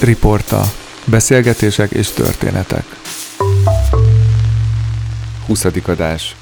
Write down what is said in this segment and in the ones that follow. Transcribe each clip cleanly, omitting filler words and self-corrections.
Riporta. Beszélgetések és történetek. 20. adás.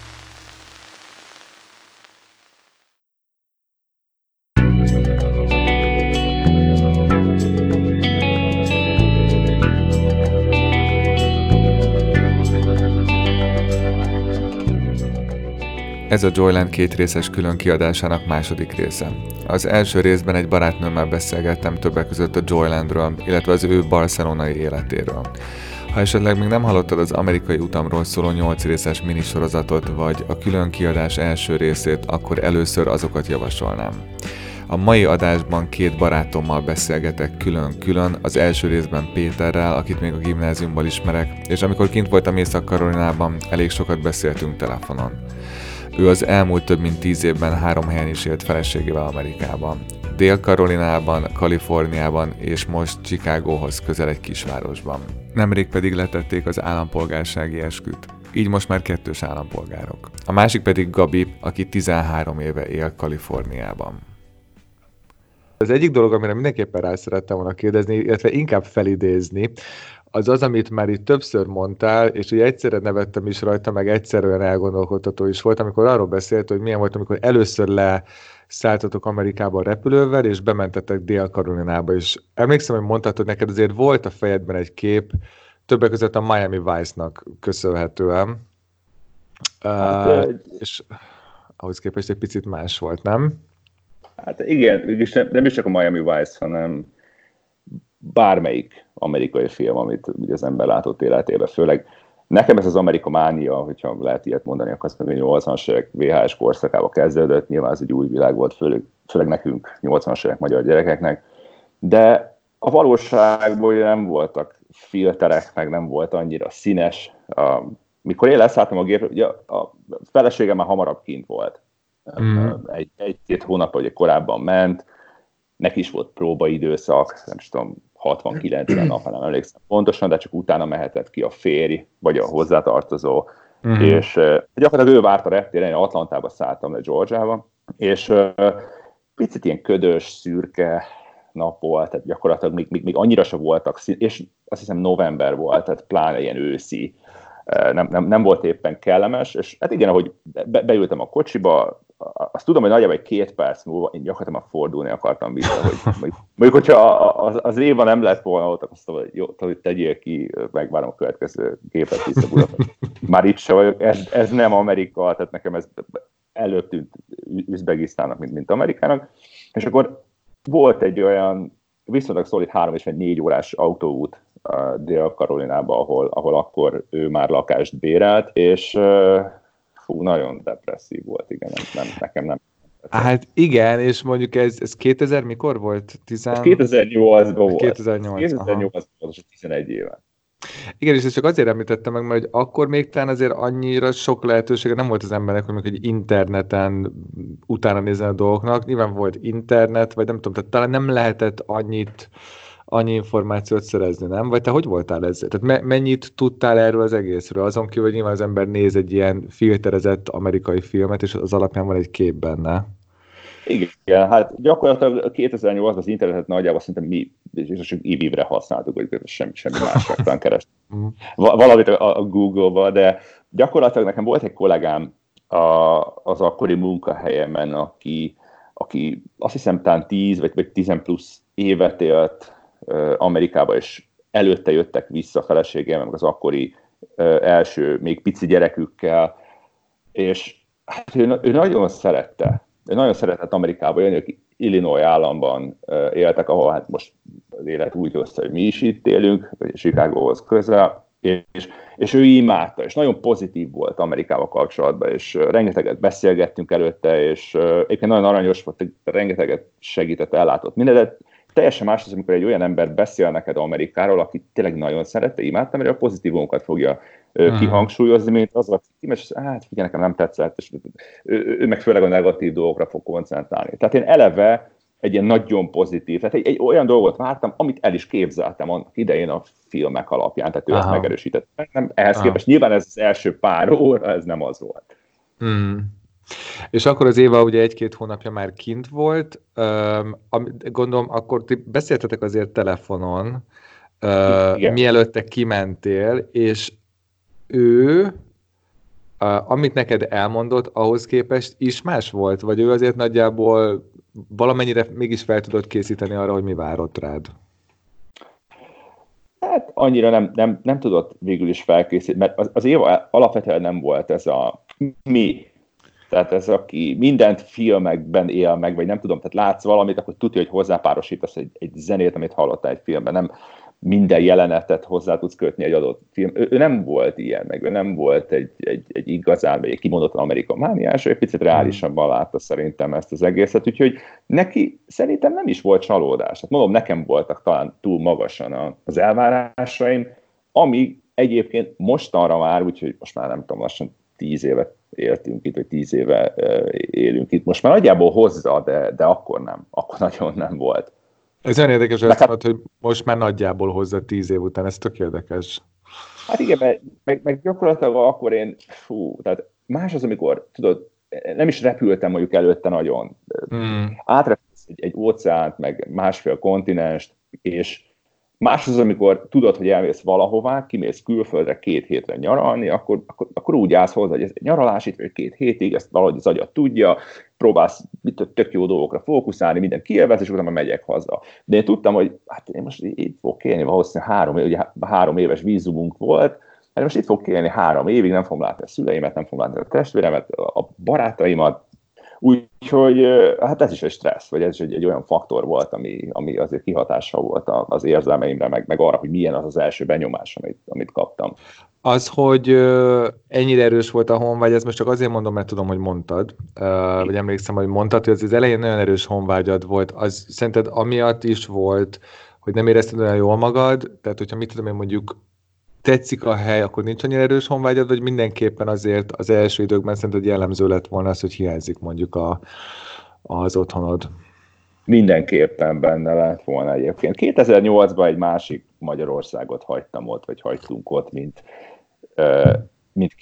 Ez a Joyland kétrészes külön kiadásának második része. Az első részben egy barátnőmmel beszélgettem többek között a Joylandről, illetve az ő barcelonai életéről. Ha esetleg még nem hallottad az amerikai utamról szóló 8 részes minisorozatot, vagy a külön kiadás első részét, akkor először azokat javasolnám. A mai adásban két barátommal beszélgetek külön-külön, az első részben Péterrel, akit még a gimnáziumból ismerek, és amikor kint voltam Észak-Karolinában, elég sokat beszéltünk telefonon. Ő az elmúlt több mint 10 évben 3 helyen is élt feleségével Amerikában. Dél-Karolinában, Kaliforniában és most Chicagóhoz közel egy kisvárosban. Nemrég pedig letették az állampolgársági esküt. Így most már kettős állampolgárok. A másik pedig Gabi, aki 13 éve él Kaliforniában. Az egyik dolog, amire mindenképpen rá szerettem volna kérdezni, illetve inkább felidézni, az, amit már itt többször mondtál, és ugye egyszerre nevettem is rajta, meg egyszer olyan elgondolkodtató is volt, amikor arról beszélt, hogy milyen volt, amikor először leszálltatok Amerikába a repülővel, és bementetek Dél-Karolinába, és emlékszem, hogy mondtad, hogy neked azért volt a fejedben egy kép, többek között a Miami Vice-nak köszönhetően, és ahhoz képest egy picit más volt, nem? Hát igen, nem is csak a Miami Vice, hanem bármelyik amerikai film, amit ugye az ember látott életében, főleg nekem ez az Amerika mánia, hogyha lehet ilyet mondani, akkor azt mondom, hogy 80-as évek VHS korszakában kezdődött, nyilván ez egy új világ volt, főleg nekünk, 80-as évek magyar gyerekeknek, de a valóságban nem voltak filterek, meg nem volt annyira színes. Mikor én leszálltam a gépre, ugye a feleségem már hamarabb kint volt. Egy-két hónap, hogy korábban ment, neki is volt próbaidőszak, nem tudom, 60-90 nap, nem emlékszem pontosan, de csak utána mehetett ki a férj, vagy a hozzátartozó, és gyakorlatilag ő várt a reptéren, én Atlantába szálltam le Georgiába, és picit ilyen ködös, szürke nap volt, tehát gyakorlatilag még annyira sem voltak, és azt hiszem november volt, tehát pláne ilyen őszi, nem volt éppen kellemes, és hát igen, ahogy beültem a kocsiba, azt tudom, hogy nagyjából 2 perc múlva én gyakorlatilag már fordulni akartam vissza, hogy mondjuk, hogyha az Éva nem lett volna ott, akkor azt mondom, hogy jó, hogy tegyél ki, megvárom a következő gépet vissza Budapest. Már itt se vagyok, ez nem Amerika, tehát nekem ez előbb tűnt Üzbegisztánnak, mint Amerikának, és akkor volt egy olyan viszonylag szolid 3 és 4 órás autóút Dél-Karolinába, ahol akkor ő már lakást bérelt, és nagyon depresszív volt, igen, nekem nem. Hát igen, és mondjuk ez 2000 mikor volt? Ez 2008-ban volt. 2008 volt, és 11 éve. Igen, és ezt csak azért említettem meg, mert akkor még talán azért annyira sok lehetősége nem volt az embernek, hogy egy interneten utána nézni a dolgoknak. Nyilván volt internet, vagy nem tudom, tehát talán nem lehetett annyi információt szerezni, nem? Vagy te hogy voltál ezzel? Tehát mennyit tudtál erről az egészről? Azon kívül, hogy nyilván az ember néz egy ilyen filterezett amerikai filmet, és az alapján van egy kép benne. Igen, hát gyakorlatilag 2008 az internetet nagyjából szerintem mi, és csak e-vivre használtuk, hogy semmi másra kerestünk. Valamit a Google-ba, de gyakorlatilag nekem volt egy kollégám az akkori munkahelyemen, aki azt hiszem talán 10 vagy 10 plusz évet élt Amerikába, és előtte jöttek vissza a feleségem, meg az akkori első, még pici gyerekükkel, és hát ő nagyon szerette. Ő nagyon szeretett Amerikába jönni, ők Illinois államban éltek, ahol hát most az élet úgy hozta, hogy mi is itt élünk, vagy Chicagóhoz közel, és ő imádta, és nagyon pozitív volt Amerikával kapcsolatban, és rengeteget beszélgettünk előtte, és egyébként nagyon aranyos volt, rengeteget segített, ellátott mindent. Teljesen más az, amikor egy olyan ember beszél neked Amerikáról, aki tényleg nagyon szerette, imádta, mert a pozitívumokat fogja kihangsúlyozni, mint az a cím, és hát figyelj, nekem nem tetszett, és ő meg főleg a negatív dolgokra fog koncentrálni. Tehát én eleve egy ilyen nagyon pozitív, tehát egy olyan dolgot vártam, amit el is képzeltem annak idején a filmek alapján, tehát ő ezt megerősített. Nem, ehhez képest nyilván ez az első pár óra, ez nem az volt. És akkor az Éva ugye 1-2 hónapja már kint volt, gondolom, akkor ti beszéltetek azért telefonon, mielőtt te kimentél, és ő, amit neked elmondott, ahhoz képest is más volt? Vagy ő azért nagyjából valamennyire mégis fel tudod készíteni arra, hogy mi várott rád? Hát annyira nem tudott végül is felkészíteni, mert az Éva alapvetően nem volt ez a mi. Tehát ez, aki mindent filmekben él meg, vagy nem tudom, tehát látsz valamit, akkor tudja, hogy hozzápárosítasz egy zenét, amit hallottál egy filmben, nem minden jelenetet hozzá tudsz kötni egy adott film. Ő nem volt ilyen, meg ő nem volt egy igazán, vagy egy kimondottan amerikamániás, ő egy picit reálisabban látta szerintem ezt az egészet, úgyhogy neki szerintem nem is volt csalódás. Hát mondom, nekem voltak talán túl magasan az elvárásaim, ami egyébként mostanra már, úgyhogy most már nem tudom, lassan 10 évet éltünk itt, vagy 10 éve élünk itt. Most már nagyjából hozza, de akkor nem. Akkor nagyon nem volt. Ez olyan érdekes, hogy most már nagyjából hozza 10 év után, ez tök érdekes. Hát igen, meg gyakorlatilag akkor tehát más az, amikor, tudod, nem is repültem mondjuk előtte nagyon. Átrepülsz egy óceánt, meg másfél kontinenst, és más az, amikor tudod, hogy elmész valahová, kimész külföldre 2 hétre nyaralni, akkor úgy állsz hozzá, hogy ez egy nyaralás itt, vagy 2 hétig, ezt valahogy az agyat tudja, próbálsz tök jó dolgokra fókuszálni, minden kielvesz, és utána megyek haza. De én tudtam, hogy hát én most itt fogok élni, valószínűleg 3 éves vízumunk volt, hát most itt fogok élni 3 évig, nem fogom látni a szüleimet, nem fogom látni a testvéremet, a barátaimat, úgyhogy hát ez is egy stressz, vagy ez is egy olyan faktor volt, ami azért kihatással volt az érzelmeimre, meg arra, hogy milyen az első benyomás, amit kaptam. Az, hogy ennyire erős volt a honvágy, ez most csak azért mondom, mert tudom, hogy mondtad, vagy emlékszem, hogy mondtad, hogy az elején nagyon erős honvágyad volt. Az szerinted amiatt is volt, hogy nem érezted olyan jól magad, tehát hogyha mit tudom én mondjuk tetszik a hely, akkor nincs annyira erős honvágyad, vagy mindenképpen azért az első időkben szerinted jellemző lett volna az, hogy hiányzik mondjuk az otthonod? Mindenképpen benne lett volna egyébként. 2008-ban egy másik Magyarországot hagytam ott, vagy hagytunk ott, mint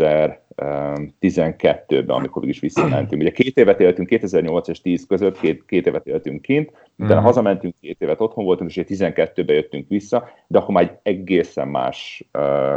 2012-ben, amikor is visszamentünk. Ugye 2 évet éltünk, 2008 és 10 között, 2 évet éltünk kint, utána hazamentünk, 2 évet otthon voltunk, és 12-ben jöttünk vissza, de akkor már egy egészen más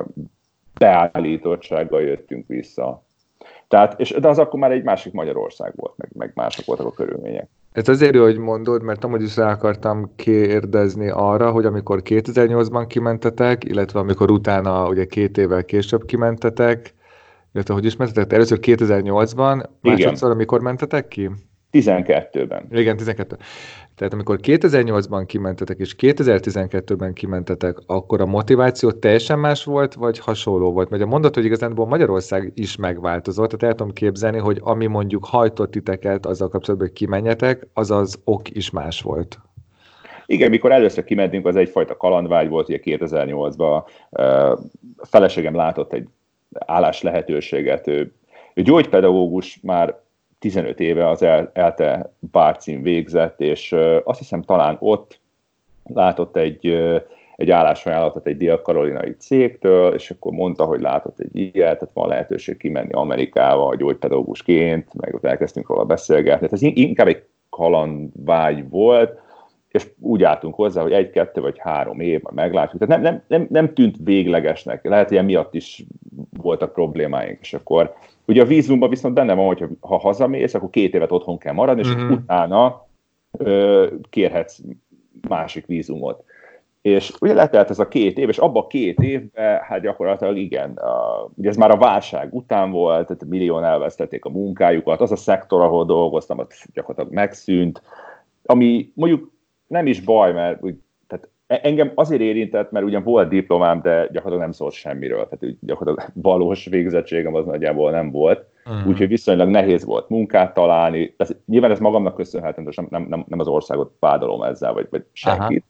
beállítottsággal jöttünk vissza. Tehát, de az akkor már egy másik Magyarország volt, meg mások voltak a körülmények. Ez azért jó, hogy mondod, mert amúgy is rá akartam kérdezni arra, hogy amikor 2008-ban kimentetek, illetve amikor utána ugye 2 évvel később kimentetek, illetve hogy is mentetek? Először 2008-ban, másodszor amikor mentetek ki? 12-ben. Igen, 12. Tehát amikor 2008-ban kimentetek, és 2012-ben kimentetek, akkor a motiváció teljesen más volt, vagy hasonló volt? Mert a mondat, hogy igazánból Magyarország is megváltozott, tehát el tudom képzelni, hogy ami mondjuk hajtott titeket azzal kapcsolatban, hogy kimenjetek, az az ok is más volt. Igen, mikor először kimentünk, az egyfajta kalandvágy volt, ugye 2008-ban. A feleségem látott egy állás lehetőséget. Ő gyógypedagógus, már 15 éve az ELTE bárcin végzett, és azt hiszem talán ott látott egy állásajánlatot egy dél-karolinai cégtől, és akkor mondta, hogy látott egy ilyet, tehát van lehetőség kimenni Amerikába gyógypedagógusként, meg ott elkezdtünk róla beszélgetni. Ez inkább egy kalandvágy volt, és úgy álltunk hozzá, hogy 1, 2 vagy 3 év, majd meglátjuk. Tehát nem tűnt véglegesnek. Lehet, hogy emiatt is voltak problémáink, és akkor ugye a vízumban viszont benne van, hogy ha hazamész, akkor 2 évet otthon kell maradni, és utána kérhetsz másik vízumot. És ugye letelt ez a 2 év, és abban a 2 évben, hát gyakorlatilag igen, ugye ez már a válság után volt, tehát millióan elvesztették a munkájukat, az a szektor, ahol dolgoztam, az gyakorlatilag megszűnt, ami mondjuk nem is baj, mert tehát engem azért érintett, mert ugyan volt diplomám, de gyakorlatilag nem szólt semmiről, tehát gyakorlatilag valós végzettségem az nagyjából nem volt, úgyhogy viszonylag nehéz volt munkát találni. Nyilván ez magamnak köszönhetem, és nem az országot vádolom ezzel, vagy senkit.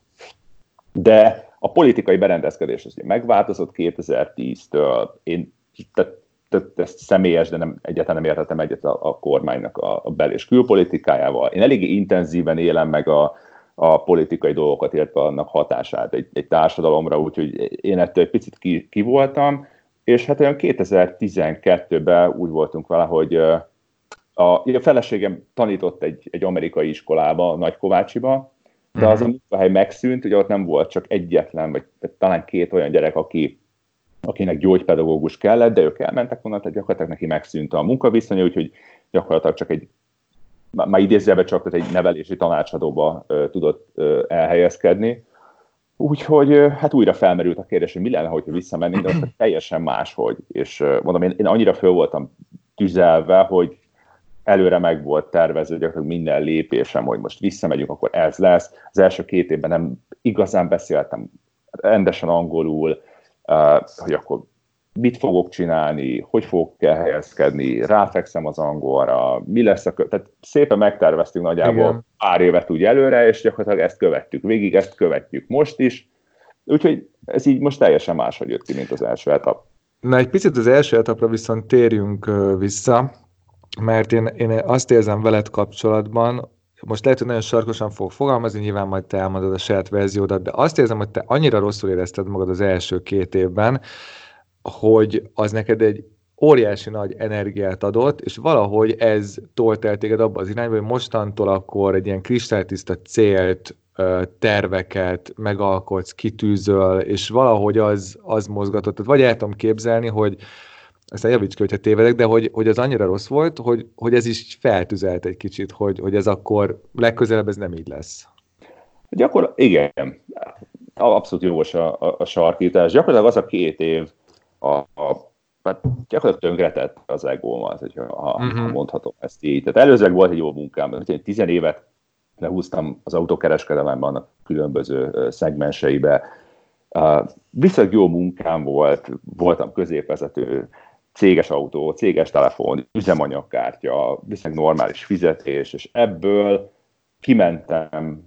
De a politikai berendezkedés az megváltozott 2010-től. Én ez személyes, de egyáltalán nem értettem egyet a kormánynak a bel- és külpolitikájával. Én eléggé intenzíven élem meg a politikai dolgokat, illetve annak hatását egy társadalomra, úgyhogy én ettől egy picit ki voltam, és hát olyan 2012-ben úgy voltunk vele, hogy a feleségem tanított egy amerikai iskolába, Nagykovácsiba, de az a munkahely megszűnt, ugye ott nem volt csak egyetlen, vagy talán 2 olyan gyerek, akinek gyógypedagógus kellett, de ők elmentek onnan, tehát gyakorlatilag neki megszűnt a munkaviszonya, úgyhogy gyakorlatilag csak már idézőjelben csak egy nevelési tanácsadóba tudott elhelyezkedni. Úgyhogy hát újra felmerült a kérdés, hogy mi lenne, hogyha visszamennénk, de most teljesen máshogy. És mondom, én annyira föl voltam tüzelve, hogy előre meg volt tervezve gyakorlatilag minden lépésem, hogy most visszamegyünk, akkor ez lesz. Az első 2 évben nem igazán beszéltem rendesen angolul, hogy akkor mit fogok csinálni, hogy fogok elhelyezkedni, ráfekszem az angolra, mi lesz tehát szépen megterveztünk nagyjából pár évet úgy előre, és gyakorlatilag ezt követtük végig, ezt követjük most is, úgyhogy ez így most teljesen máshogy jött ki, mint az első etap. Na, egy picit az első etapra viszont térjünk vissza, mert én azt érzem veled kapcsolatban, most lehet, hogy nagyon sarkosan fog fogalmazni, nyilván majd te elmondod a saját verziódat, de azt érzem, hogy te annyira rosszul érezted magad az első 2 évben, hogy az neked egy óriási nagy energiát adott, és valahogy ez tolt el téged abba az irányba, hogy mostantól akkor egy ilyen kristálytiszta célt, terveket megalkotsz, kitűzöl, és valahogy az mozgatott. Tehát vagy el tudom képzelni, hogy aztán javíts ki, hogyha tévedek, de hogy az annyira rossz volt, hogy ez is feltüzelt egy kicsit, hogy ez akkor legközelebb ez nem így lesz. Igen, abszolút jogos a sarkítás. Gyakorlatilag az a 2 év hát gyakorlatilag tönkretett az egómat, ha mondhatom ezt így. Tehát előzőleg volt egy jó munkám, 10 évet lehúztam az autókereskedelemben, annak különböző szegmenseibe. Viszont jó munkám volt, voltam középvezető, céges autó, céges telefon, üzemanyagkártya, viszont normális fizetés, és ebből kimentem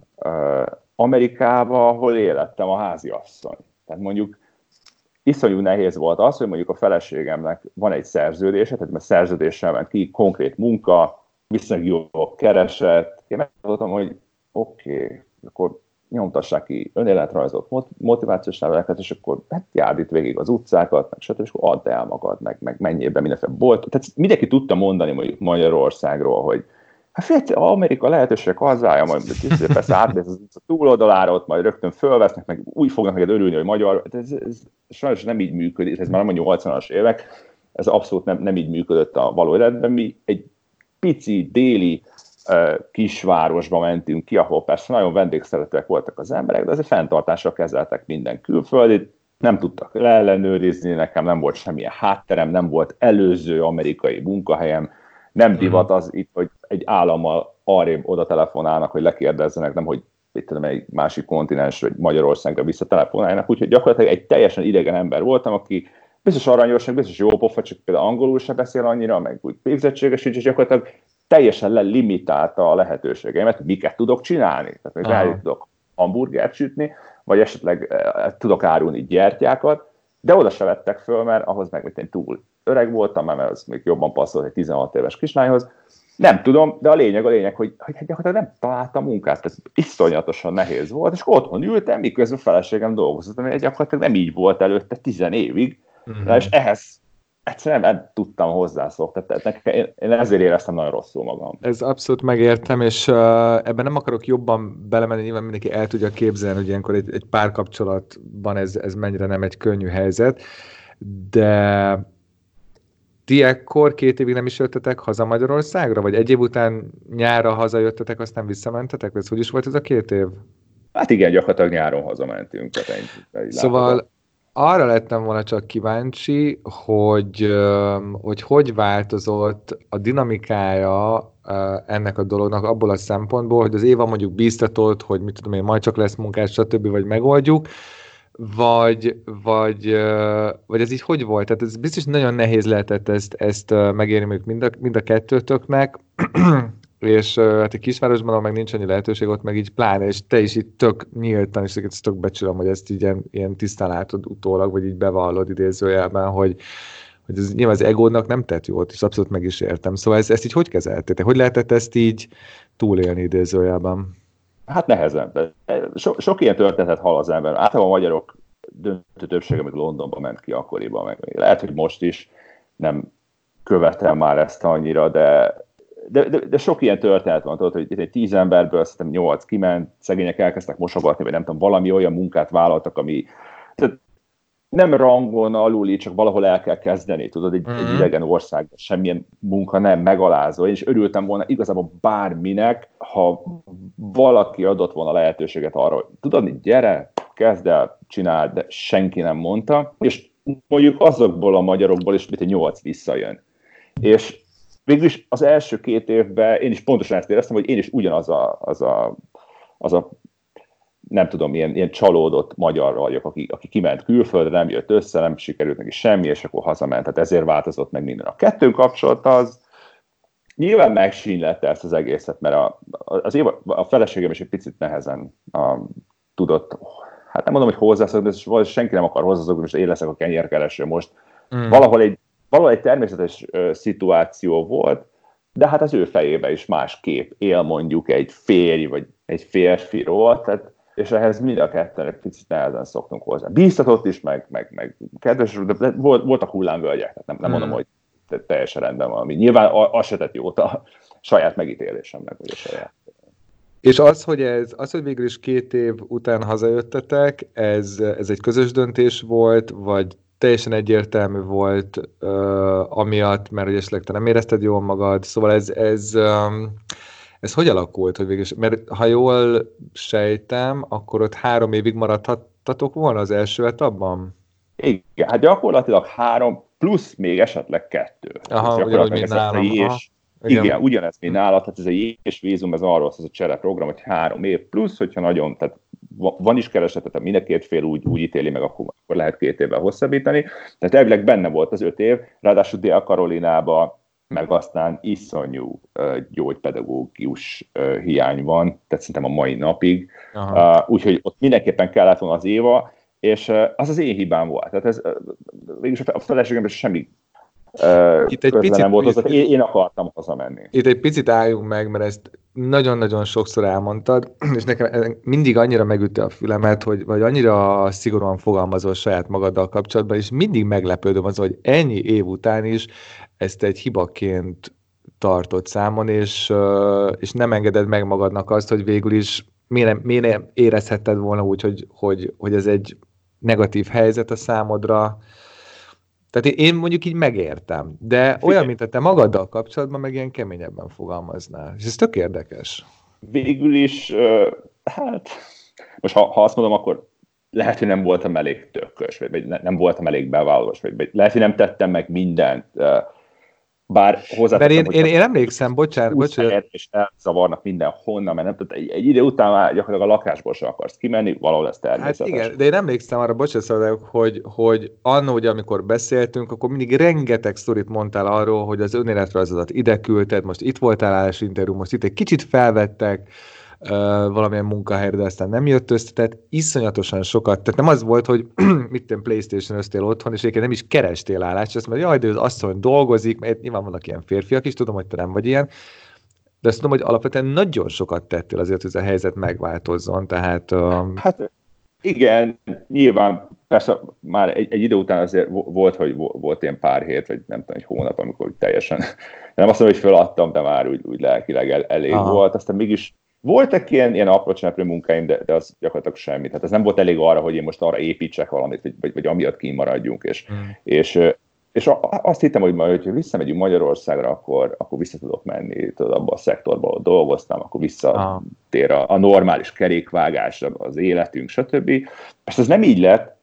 Amerikába, ahol élettem a háziasszony. Tehát mondjuk iszonyú nehéz volt az, hogy mondjuk a feleségemnek van egy szerződése, tehát mert szerződéssel ment ki, konkrét munka, viszonylag jól keresett. Én megmondtam, hogy oké, akkor nyomtassák ki önéletrajzot, motivációs leveleket, és akkor hát járd itt végig az utcákat, meg stb., és akkor add el magad, meg menjél be mindenféle bolt. Tehát mindenki tudta mondani mondjuk Magyarországról, hogy hát fél, Amerika lehetőségek hazája, majd persze átmész az utca túloldalára, ott majd rögtön fölvesznek, meg úgy fognak neked örülni, hogy magyar. Ez sajnos nem így működik, ez már nem a 80-as évek, ez abszolút nem így működött a való életben. Mi egy pici, déli kisvárosba mentünk ki, ahol persze nagyon vendégszeretőek voltak az emberek, de azért fenntartásra kezeltek minden külföldit, nem tudtak leellenőrizni, nekem nem volt semmilyen hátterem, nem volt előző amerikai munkahelyem, nem divat az itt, hogy egy állammal arrébb oda telefonálnak, hogy lekérdezzenek, nem hogy itt tudom, egy másik kontinens, vagy Magyarországra visszatelefonálnak, úgyhogy gyakorlatilag egy teljesen idegen ember voltam, aki biztos aranyos, biztos jó pofa, csak például angolul se beszél annyira, meg úgy végzettséges, és gyakorlatilag teljesen lelimitálta a lehetőségeimet, hogy miket tudok csinálni. Tehát még tudok hamburgert sütni, vagy esetleg tudok árulni gyertyákat, de oda se vettek föl, mert ahhoz meg én túl öreg voltam, mert az még jobban passzolt egy 16 éves kislányhoz. Nem tudom, de a lényeg, hogy gyakorlatilag nem találtam munkát, tehát iszonyatosan nehéz volt, és otthon ültem, miközben a feleségem dolgozott, ami gyakorlatilag nem így volt előtte 10 évig, és ehhez egyszerűen nem tudtam hozzászokni, tehát én ezért éreztem nagyon rosszul magam. Ez abszolút megértem, és ebben nem akarok jobban belemenni, nyilván mindenki el tudja képzelni, hogy ilyenkor egy párkapcsolatban ez mennyire nem egy könnyű helyzet, de ti ekkor 2 évig nem is jöttetek haza Magyarországra, vagy egy év után nyárra hazajöttetek, aztán visszamentetek? Ez hogy is volt ez a 2 év? Hát igen, gyakorlatilag nyáron hazamentünk. Szóval arra lettem volna csak kíváncsi, hogy változott a dinamikája ennek a dolognak abból a szempontból, hogy az Éva mondjuk bíztatott, hogy mit tudom én, majd csak lesz munkás, stb. Vagy megoldjuk, vagy ez így hogy volt? Tehát ez biztos nagyon nehéz lehetett ezt megérni mind a kettőtöknek, és hát egy kisvárosban, meg nincs annyi lehetőség, ott meg így pláne, és te is itt tök nyíltan, és ezt tök becsülöm, hogy ezt így ilyen tisztán látod utólag, vagy így bevallod idézőjelben, hogy ez nyilván az egódnak nem tett jót, és abszolút meg is értem. Szóval ezt így hogy kezeltétek? Hogy lehetett ezt így túlélni idézőjelben? Hát nehezen. Sok ilyen történetet hall az ember. Általában a magyarok döntő többsége még Londonba ment ki akkoriban, meg lehet, hogy most is nem követem már ezt annyira, de de sok ilyen történet van, tudod, hogy egy 10 emberből szerintem 8 kiment, szegények elkezdtek mosogatni, vagy nem tudom, valami olyan munkát vállaltak, ami tehát nem rangon aluli, csak valahol el kell kezdeni, tudod, egy idegen országban semmilyen munka nem megalázó. Én is örültem volna igazából bárminek, ha valaki adott volna lehetőséget arra, hogy tudod, gyere, kezd el, csináld, de senki nem mondta, és mondjuk azokból a magyarokból is, mint egy 8 visszajön. És végülis az első 2 évben én is pontosan ezt éreztem, hogy én is ugyanaz a nem tudom, ilyen csalódott magyar vagyok, aki kiment külföldre, nem jött össze, nem sikerült neki semmi, és akkor hazament. Tehát ezért változott meg minden. A kettőnk kapcsolata az nyilván megsínylette ezt az egészet, mert a feleségem is egy picit nehezen tudott, hát nem mondom, hogy hozzászokni, de senki nem akar hozzászokni, most én leszek a kenyérkereső most. Valahol egy természetes szituáció volt, de hát az ő fejében is más kép él mondjuk egy férj vagy egy férfiról, tehát, és ehhez mind a ketten egy picit nehezen szoktunk hozzá. Bíztatott is, meg kedves, de voltak hullámvölgyek, tehát nem mondom, hogy teljesen rendben van. Nyilván az se tett jót a saját megítélésemnek, vagy a saját. És hogy végül is 2 év után hazajöttetek, ez egy közös döntés volt, vagy teljesen egyértelmű volt amiatt, mert hogy esetleg te nem érezted jól magad, szóval ez hogy alakult, hogy végül, mert ha jól sejtem, akkor ott 3 évig maradhattatok volna az első etapban? Igen, hát gyakorlatilag 3 plusz még esetleg 2. Aha, ugyanúgy, mint nálam. Igen, ugyanez, mint nálad, tehát ez a jés vízum, ez arról az a csereprogram, hogy 3 év plusz, hogyha nagyon, tehát van is kereset, tehát mind a két fél úgy ítéli meg, akkor lehet 2 évvel hosszabbítani. Tehát elvileg benne volt az 5 év, ráadásul Dél-Karolinában meg aztán iszonyú gyógypedagógus hiány van, tehát szerintem a mai napig. Úgyhogy ott mindenképpen kellett volna az Éva, és az én hibám volt. Tehát ez végülis a feleségemben semmi itt egy picit, nem volt, én akartam hazamenni. Itt egy picit álljunk meg, mert ezt nagyon-nagyon sokszor elmondtad, és nekem mindig annyira megütte a fülemet, vagy annyira szigorúan fogalmazol saját magaddal kapcsolatban, és mindig meglepődöm az, hogy ennyi év után is ezt egy hibaként tartott számon, és nem engeded meg magadnak azt, hogy végül is miért érezhetted volna úgy, hogy ez egy negatív helyzet a számodra. Tehát én mondjuk így megértem, de olyan, mint te magaddal kapcsolatban meg ilyen keményebben fogalmaznál. És ez tök érdekes. Végül is, hát, most ha azt mondom, akkor lehet, hogy nem voltam elég tökös, vagy nem voltam elég bevállalós, vagy lehet, hogy nem tettem meg mindent. Bár hozzátettem, hogy én emlékszem, bocsánat. És elzavarnak mindenhonnan, mert nem, egy idő után már gyakorlatilag a lakásból sem akarsz kimenni, valahol ez természetes. Hát igen, de én emlékszem arra, bocsánat, hogy annó, ugye, amikor beszéltünk, akkor mindig rengeteg sztorit mondtál arról, hogy az önéletrajzodat ide küldted, most itt voltál állásinterjú, most itt egy kicsit felvettek valamilyen munkahelyre, de aztán nem jött össze, tehát iszonyatosan sokat. Tehát nem az volt, hogy mit PlayStation-öztél otthon, és egyébként nem is kerestél állást, azt mondja, jaj, de az asszony dolgozik, mert nyilván vannak ilyen férfiak is, tudom, hogy te nem vagy ilyen, de azt tudom, hogy alapvetően nagyon sokat tettél azért, hogy ez a helyzet megváltozzon, tehát... Hát igen, nyilván, persze már egy idő után azért volt, hogy volt ilyen pár hét, vagy nem tudom, egy hónap, amikor teljesen, nem azt mondom, hogy föladtam, de már úgy lelkileg elég volt, aztán mégis voltak ilyen apró cseneprő munkáim, de az gyakorlatilag semmi. Tehát ez nem volt elég arra, hogy én most arra építsek valamit, vagy amiatt kínmaradjunk. És azt hittem, hogy majd, hogyha visszamegyünk Magyarországra, akkor vissza tudok menni abba a szektorba, ahol dolgoztam, akkor visszatér a normális kerékvágás, az életünk, stb. Persze ez nem így lett,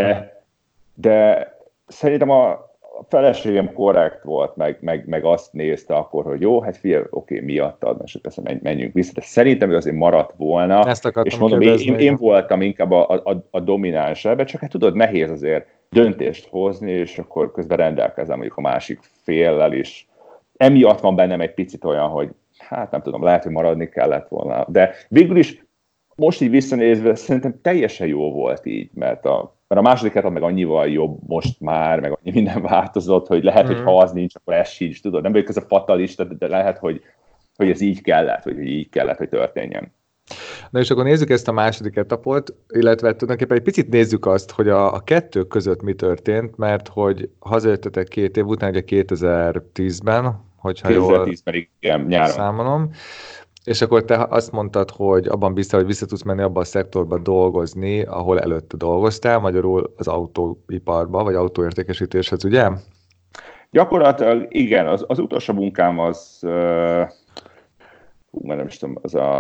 de szerintem a feleségem korrekt volt, meg azt nézte akkor, hogy jó, hát figyelj, oké, miattad, most persze menjünk vissza, de szerintem ő azért maradt volna, és mondom, én voltam inkább a domináns ebben, csak hát tudod, nehéz azért döntést hozni, és akkor közben rendelkezem mondjuk a másik féllel is. Emiatt van bennem egy picit olyan, hogy hát nem tudom, lehet, hogy maradni kellett volna, de végül is most így visszanézve szerintem teljesen jó volt így, mert a második etap meg annyival jobb most már, meg annyi minden változott, hogy lehet, hogy ha az nincs, akkor ez sincs, tudod, nem vagyok ez a fatalista, de lehet, hogy ez így kellett, vagy hogy így kellett, hogy történjen. Na és akkor nézzük ezt a második etapot, illetve tulajdonképpen egy picit nézzük azt, hogy a kettő között mi történt, mert hogy hazajöttetek 2 év után, ugye 2010-ben, hogyha jól 2010-ben igen, nyáron. számolom. És akkor te azt mondtad, hogy abban bíztál, hogy vissza tudsz menni abba a szektorba dolgozni, ahol előtte dolgoztál, magyarul az autóiparba, vagy autóértékesítéshez, ugye? Gyakorlatilag igen, az utolsó munkám az, már nem is tudom,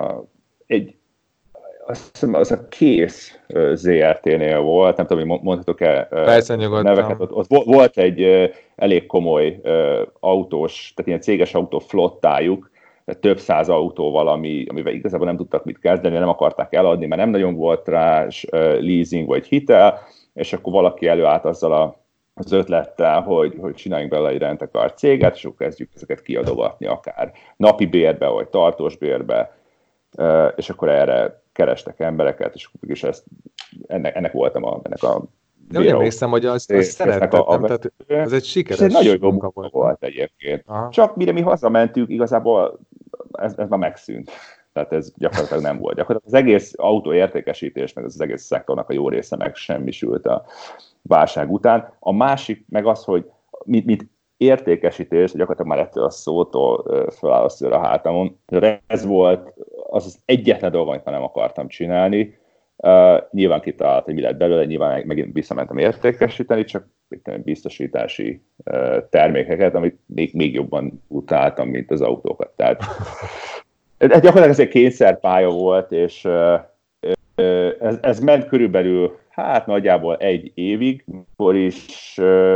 azt hiszem, az a Kész ZRT-nél volt, nem tudom, hogy mondhatok-e neveket. Ott volt egy elég komoly autós, tehát ilyen céges autó flottájuk, több száz autóval, amivel igazából nem tudtak mit kezdeni, nem akarták eladni, mert nem nagyon volt rá leasing vagy hitel, és akkor valaki előállt azzal az ötlettel, hogy csináljunk bele egy rentekar céget, és akkor kezdjük ezeket kiadogatni akár napi bérbe, vagy tartós bérbe, és akkor erre kerestek embereket, és ennek voltam ennek a de úgy emlékszem, hogy azt szerettem, tehát ez egy sikeres nagyon jó munka volt egyébként. Aha. Csak mire mi hazamentünk, igazából ez már megszűnt. Tehát ez gyakorlatilag nem volt. Gyakorlatilag az egész autóértékesítés, meg az egész szektornak a jó része megsemmisült a válság után. A másik meg az, hogy mint értékesítés, gyakorlatilag már ettől a szótól föláll a szőr a hátamon. Ez volt az egyetlen dolog, amit már nem akartam csinálni. Nyilván kitalált, hogy mi lett belőle, nyilván megint visszamentem értékesíteni, csak biztosítási termékeket, amit még jobban utáltam, mint az autókat. Tehát gyakorlatilag ez egy kényszerpálya volt, és ez ment körülbelül, nagyjából 1 évig, akkor is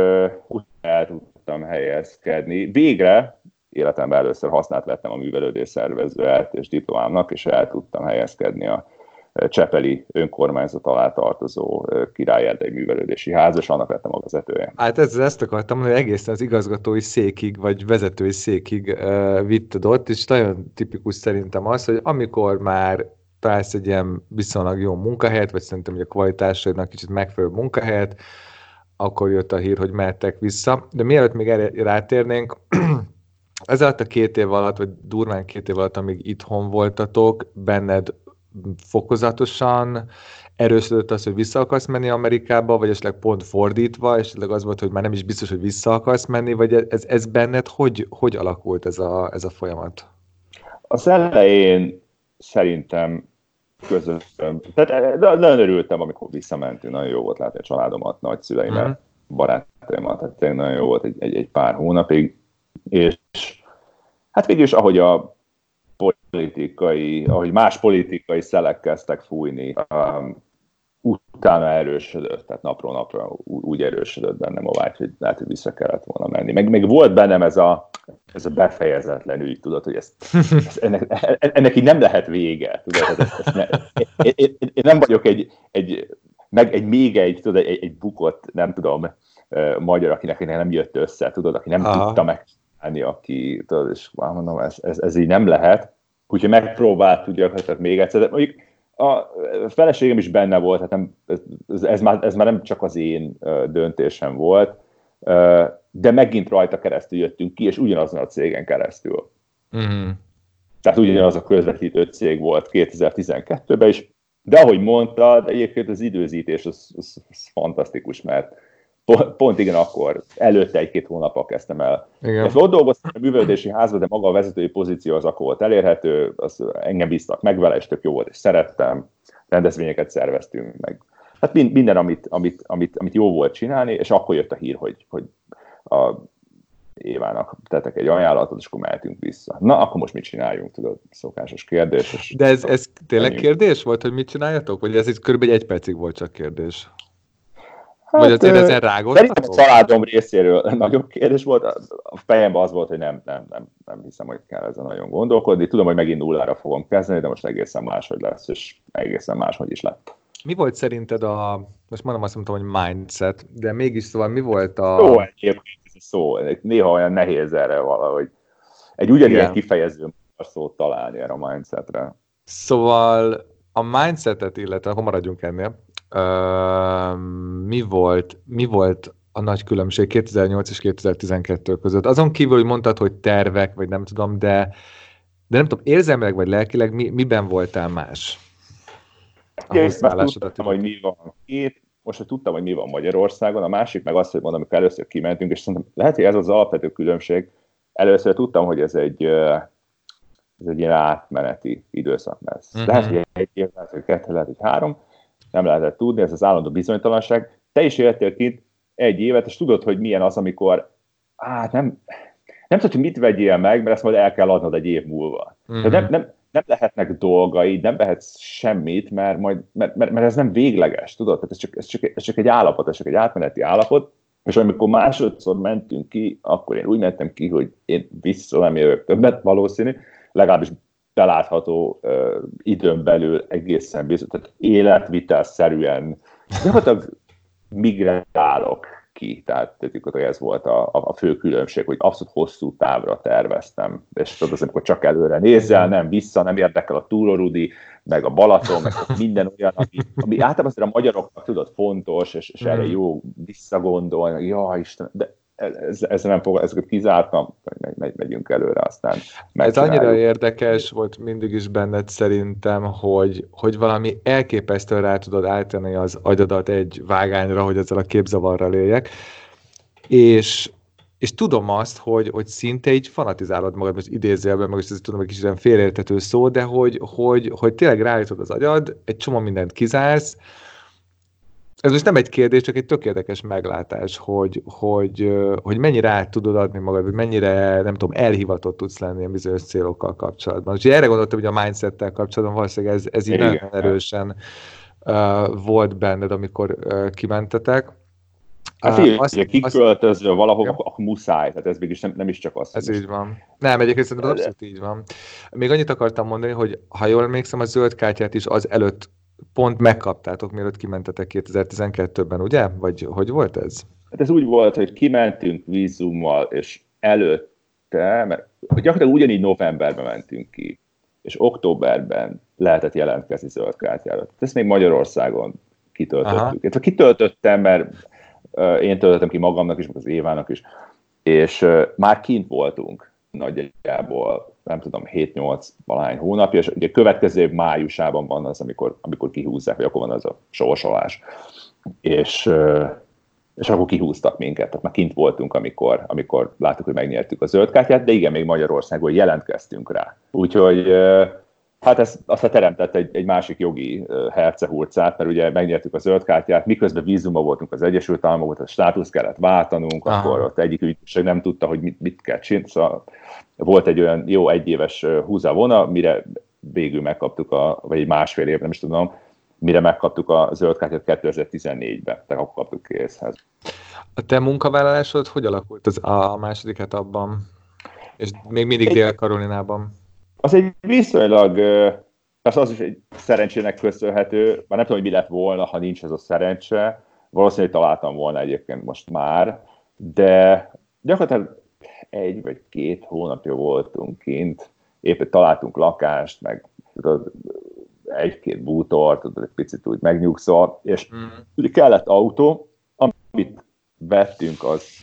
el tudtam helyezkedni. Végre életemben először használt vettem a művelődés szervező és diplomámnak, és el tudtam helyezkedni a Csepeli önkormányzat alá tartozó Király Erdei Művelődési Ház, és annak lettem a vezetője. Hát ezt akartam mondani, hogy egészen az igazgatói székig, vagy vezetői székig vitted ott, és nagyon tipikus szerintem az, hogy amikor már találsz egy ilyen viszonylag jó munkahelyet, vagy szerintem hogy a kvalitásaidnak kicsit megfelelő munkahelyet, akkor jött a hír, hogy mehettek vissza. De mielőtt még erre rátérnénk, ez alatt a 2 év alatt, vagy durván 2 év alatt, amíg itthon voltatok, benned fokozatosan erősödött az, hogy vissza akarsz menni Amerikába, vagy esetleg pont fordítva, és esetleg az volt, hogy már nem is biztos, hogy vissza akarsz menni, vagy ez benned hogy alakult ez a folyamat? Az elején szerintem közösen, tehát nagyon örültem, amikor visszamentünk, nagyon jó volt látni a családomat, nagyszüleimet, barátaimat, tehát tényleg nagyon jó volt egy pár hónapig, és hát végül is, ahogy más politikai szelek kezdtek fújni, utána erősödött, tehát napról napra úgy erősödött bennem a vágy, hogy lehet, hogy vissza kellett volna menni. Meg volt bennem ez a befejezetlen ügy, tudod, hogy ennek így nem lehet vége. Tudod, én nem vagyok egy bukott, nem tudom, magyar, akinek nem jött össze, tudod, aki nem tudta megcsinálni, aki, tudod, és mondom, ez így nem lehet. Úgyhogy megpróbált, tudja, még egyszer, de mondjuk a feleségem is benne volt, tehát ez már nem csak az én döntésem volt, de megint rajta keresztül jöttünk ki, és ugyanazon a cégen keresztül. Mm-hmm. Tehát ugyanaz a közvetítő cég volt 2012-ben is, de ahogy mondtad, egyébként az időzítés az fantasztikus, mert pont igen akkor, előtte 1-2 hónappal kezdtem el. Ott dolgoztam a művelődési házban, de maga a vezetői pozíció az akkor volt elérhető, engem bíztak meg vele, és tök jó volt, és szerettem, rendezvényeket szerveztünk meg. Hát minden, amit jó volt csinálni, és akkor jött a hír, hogy a Évának tettek egy ajánlatot, és akkor mehetünk vissza. Na, akkor most mit csináljunk, tudod, szokásos kérdés. De ez tényleg kérdés volt, hogy mit csináljatok? Vagy ez körülbelül 1 percig volt csak kérdés? Hát, vagy azért ezen rágódtatok? Szerintem a családom részéről nagyobb kérdés volt. A fejemben az volt, hogy nem hiszem, hogy kell ezen nagyon gondolkodni. Tudom, hogy megint nullára fogom kezdeni, de most egészen máshogy lesz, és egészen máshogy is lett. Mi volt szerinted most mondom azt mondtam, hogy mindset, de mégis szóval mi volt Jó, egyébként ez a szó. Néha olyan nehéz erre valahogy egy ugyanilyen kifejező szót találni erre a mindsetre. Szóval a mindsetet, illetve akkor maradjunk ennél, mi volt a nagy különbség 2008 és 2012 között? Azon kívül, hogy mondtad, hogy tervek, vagy nem tudom, de nem tudom, érzelmileg vagy lelkileg miben voltál más? Tudtam, hogy mi van most, hogy tudtam, hogy mi van Magyarországon, a másik meg az, hogy mondom, amikor először kimentünk, és szerintem lehet, hogy ez az alapvető különbség, először tudtam, hogy ez egy ilyen átmeneti időszak lesz. Lehet, hogy egy év, lehet, hogy 2, lehet, hogy 3, nem lehetett tudni, ez az állandó bizonytalanság. Te is éltél kint egy évet, és tudod, hogy milyen az, amikor nem tudod, hogy mit vegyél meg, mert ezt majd el kell adnod egy év múlva. Nem lehetnek dolgaid, nem vehetsz semmit, mert ez nem végleges, tudod? Tehát ez csak egy állapot, ez csak egy átmeneti állapot, és amikor másodszor mentünk ki, akkor én úgy mentem ki, hogy én vissza nem jövök többet valószínű, legalábbis belátható időn belül egészen biztos, tehát életvitelszerűen gyakorlatilag migrálok ki, tehát ez volt a fő különbség, hogy abszolút hosszú távra terveztem, és tudod, az, amikor csak előre nézzel, nem vissza, nem érdekel a túlorudi, meg a Balaton, meg minden olyan, ami általában azért a magyaroknak tudod fontos, és erre jó visszagondolni, ja Isten, de ezzel nem fogok, ezeket kizártam, megyünk előre, aztán ez annyira érdekes volt mindig is benned szerintem, hogy valami elképesztően rá tudod állítani az agyadat egy vágányra, hogy ezzel a képzavarral éljek, és tudom azt, hogy szinte így fanatizálod magad, most idézőjelben, meg is tudom, egy kicsit ilyen félreérthető szó, de hogy tényleg ráállítod az agyad, egy csomó mindent kizársz. Ez most nem egy kérdés, csak egy tök érdekes meglátás, hogy mennyire át tudod adni magad, vagy mennyire, nem tudom, elhivatott tudsz lenni a bizonyos célokkal kapcsolatban. Úgyhogy erre gondoltam, hogy a mindsettel kapcsolatban valószínűleg ez így nagyon erősen volt benned, amikor kimentetek. Hát kiköltözöl valahol, akkor muszáj, tehát ez mégis nem is csak az. Ez így van. Nem, egyébként szerintem abszolút így van. Még annyit akartam mondani, hogy ha jól emlékszem, a zöld kártyát is az előtt pont megkaptátok, mielőtt kimentetek 2012-ben, ugye? Vagy hogy volt ez? Hát ez úgy volt, hogy kimentünk vízummal, és előtte, mert gyakorlatilag ugyanígy novemberben mentünk ki, és októberben lehetett jelentkezni zöld kártyára. Ezt még Magyarországon kitöltöttük. Kitöltöttem, mert én töltöttem ki magamnak is, meg az Évának is, és már kint voltunk nagyjából, nem tudom, 7-8 valahány hónapja, és ugye következő év májusában van az, amikor kihúzzák, vagy akkor van az a sorsolás. És akkor kihúztak minket, tehát már kint voltunk, amikor láttuk, hogy megnyertük a zöld kártyát, de igen, még Magyarországon jelentkeztünk rá. Úgyhogy hát ez aztán teremtett egy másik jogi hercehurcát, mert ugye megnyertük a zöld kártyát, miközben vízumban voltunk az Egyesült Államokban, a státuszt kellett váltanunk, akkor ott egyik ügynökség nem tudta, hogy mit kell csinálni. Szóval volt egy olyan jó egyéves húzavona, mire végül megkaptuk, vagy egy másfél év, nem is tudom, mire megkaptuk a zöld kártyát 2014-ben, tehát akkor kaptuk készhez. A te munkavállalásod hogy alakult a második etapban? És még mindig Dél-Karolinában? Az egy viszonylag, persze az is egy szerencsének köszönhető, már nem tudom, hogy mi lett volna, ha nincs ez a szerencse, valószínűleg találtam volna egyébként most már, de gyakorlatilag 1 vagy 2 hónapja voltunk kint, éppen találtunk lakást, meg tudod, 1-2 bútort, tudod, egy picit úgy megnyugszol, és ugye kellett autó, amit vettünk,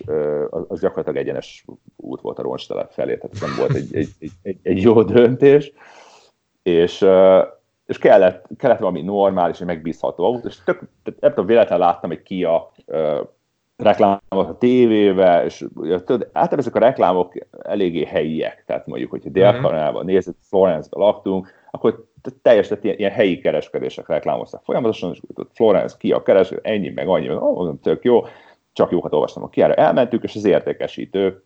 az gyakorlatilag egyenes út volt a roncstelep felé, tehát nem volt egy jó döntés, és kellett valami normális, és megbízható autó, és nem tudom, véletlenül láttam egy Kia reklámot a tévébe, és általában ezek a reklámok eléggé helyiek, tehát mondjuk, hogyha Dél-Karolinában nézzük, Florence-ben laktunk, akkor teljesen ilyen helyi kereskedések reklámoztak folyamatosan, és Florence, Kia kereskedés, ennyi, meg annyi, tök jó, csak jókat olvastam a Kiára. Elmentünk, és az értékesítő,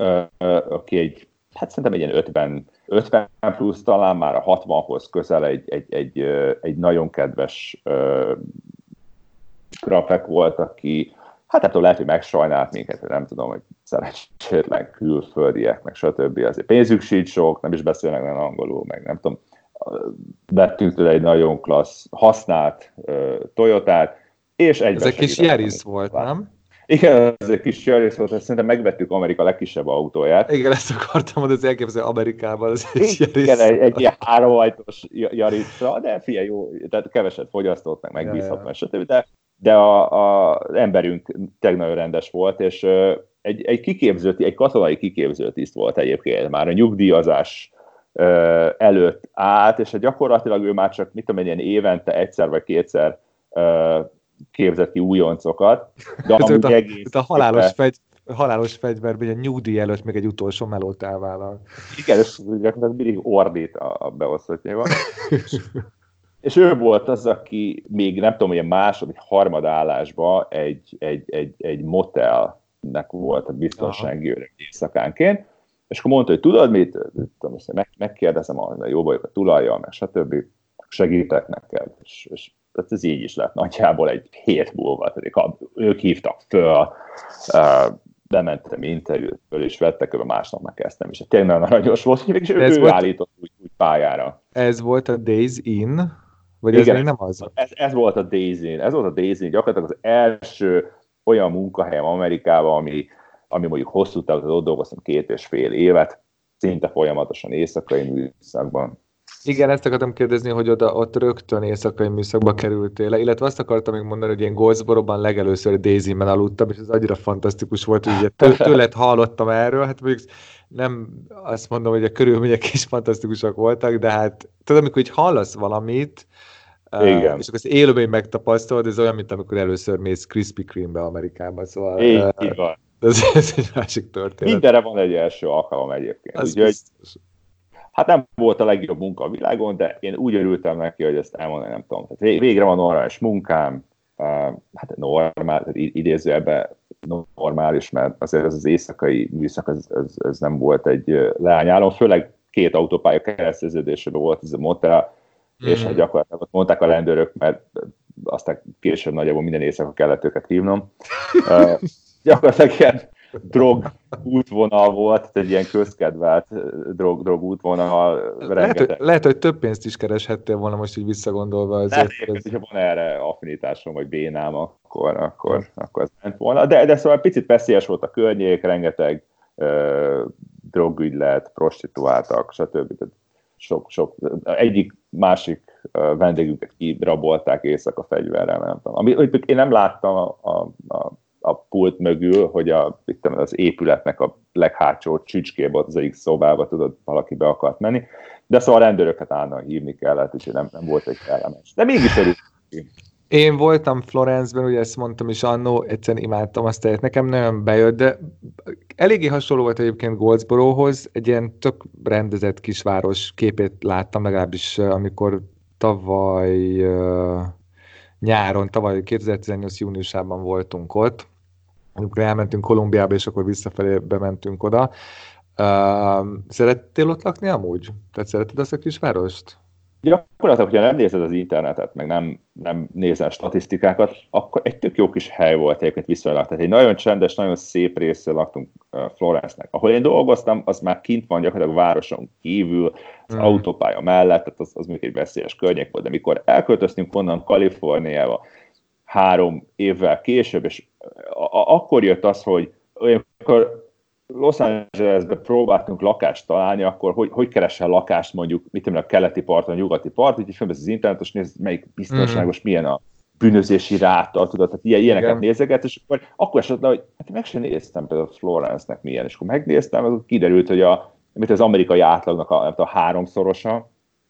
aki hát szerintem egy ilyen 50 plusz, talán már a 60-hoz közel egy nagyon kedves grafek volt, aki hát nem tudom, lehet, hogy megsajnált minket, nem tudom, hogy szerencsétlen külföldiek, meg stb. Azért pénzük sincs sok, nem is beszélnek nagyon angolul, meg nem tudom. Vettünk tőle egy nagyon klassz, használt Toyotát, és egyben ez egy kis Yaris volt, nem? Igen, ez egy kis Yaris volt, szerintem megvettük Amerika legkisebb autóját. Igen, ezt akartam mondani, az elképzelő Amerikában az egy Yaris. Igen, egy ilyen 3 ajtós Yarisra, de figyelj, jó, tehát keveset fogyasztott, meg megbízhat, meg stb. De az emberünk tényleg nagyon rendes volt, és egy katonai kiképző tiszt volt egyébként, már a nyugdíjazás előtt állt, és gyakorlatilag ő már csak, mit tudom, ilyen évente 1 vagy 2 képzett ki újoncokat. De ez a halálos halálos fegyverben, egy nyugdíj előtt még egy utolsó melót elvállal. Igen, és mindig ordít a beosztottjaival. És ő volt az, aki még nem tudom, hogy a második, harmad állásban egy motelnek volt a biztonsági öreg éjszakánként, és akkor mondta, hogy tudod mit? Megkérdezem, jó vagyok a tulajjal, meg stb. Segítek neked. És ez így is lett nagyjából egy hét múlva, pedig ők hívtak föl, bementem interjút föl, és vettek, a másnap megkezdtem, és tényleg nagyon aranyos volt, és ő állított úgy pályára. Ez volt a Days Inn? Vagy igen, ez még nem az? Ez volt a Days Inn. Ez volt a Days Inn, gyakorlatilag az első olyan munkahelyem Amerikában, ami mondjuk hosszú távon, ott dolgoztam 2,5 évet, szinte folyamatosan éjszakai műszakban. Igen, ezt akartam kérdezni, hogy ott rögtön éjszakai műszakba kerültél, illetve azt akartam még mondani, hogy én Goldsboro-ban legelőször Daisy-ben aludtam, és ez annyira fantasztikus volt, hogy tőled hallottam erről, hát mondjuk nem azt mondom, hogy a körülmények is fantasztikusak voltak, de hát tudod, amikor így hallasz valamit, igen. és akkor az élőben megtapasztalod, ez olyan, mint amikor először mész Krispy Kreme-be Amerikában, szóval így van. Ez egy másik történet. Mindenre van egy első alkalom egyébként. Úgyhogy, hát nem volt a legjobb munka a világon, de én úgy örültem neki, hogy ezt elmondani nem tudom. Tehát végre van normális munkám, hát normális, tehát idézőjelben normális, mert azért ez az éjszakai műszak, ez nem volt egy leányálom, főleg 2 autópálya kereszteződésében volt ez a motel, és hát gyakorlatilag ott mondták a rendőrök, mert aztán később nagyjából minden éjszaka kellett őket hívnom. Gyakorlatilag ilyen drog útvonal volt, egy ilyen közkedvelt drog útvonal. Lehet, hogy több pénzt is kereshettél volna most így visszagondolva. Lehet, hogyha van erre affinitásom, vagy bénám, akkor ez ment volna. De szóval picit veszélyes volt a környék, rengeteg drogügylet, prostituáltak, stb. Sok egyik másik vendégünket kirabolták éjszaka fegyverrel, nem tudom. Amit én nem láttam a pult mögül, hogy az épületnek a leghátsó csücskébe, az egyik szobába tudod, valaki be akart menni, de szóval a rendőröket állandóan hívni kellett, úgyhogy nem volt egy kellemes. De mégis örültem. Én voltam Florence-ben, ugye ezt mondtam is annó, egyszerűen imádtam azt, hogy nekem nagyon bejött, de eléggé hasonló volt egyébként Goldsborohoz, egy ilyen tök rendezett kisváros képét láttam, legalábbis amikor tavaly nyáron, tavaly 2018 júniusában voltunk ott, amikor elmentünk Kolumbiába, és akkor visszafelé bementünk oda. Szerettél ott lakni amúgy? Tehát szereted azt a kisvárost? Gyakorlatilag, hogyha nem nézed az internetet, meg nem nézel statisztikákat, akkor egy tök jó kis hely volt egyébként viszonylag. Tehát egy nagyon csendes, nagyon szép részén laktunk Florence-nek. Ahol én dolgoztam, az már kint van gyakorlatilag városon kívül, az autópálya mellett, tehát az még egy veszélyes környék volt. De mikor elköltöztünk onnan Kaliforniába 3 évvel később, és akkor jött az, hogy olyankor Los Angelesben próbáltunk lakást találni, akkor hogy keresel lakást mondjuk, mit tudom, a keleti parton, a nyugati part, úgyhogy fölvesz az internetes, nézd, melyik biztonságos, milyen a bűnözési ráta, tudod, tehát ilyeneket nézeget, és akkor esett le, hogy hát meg sem néztem például Florence-nek milyen, és akkor megnéztem, az kiderült, hogy az amerikai átlagnak a 3-szorosa,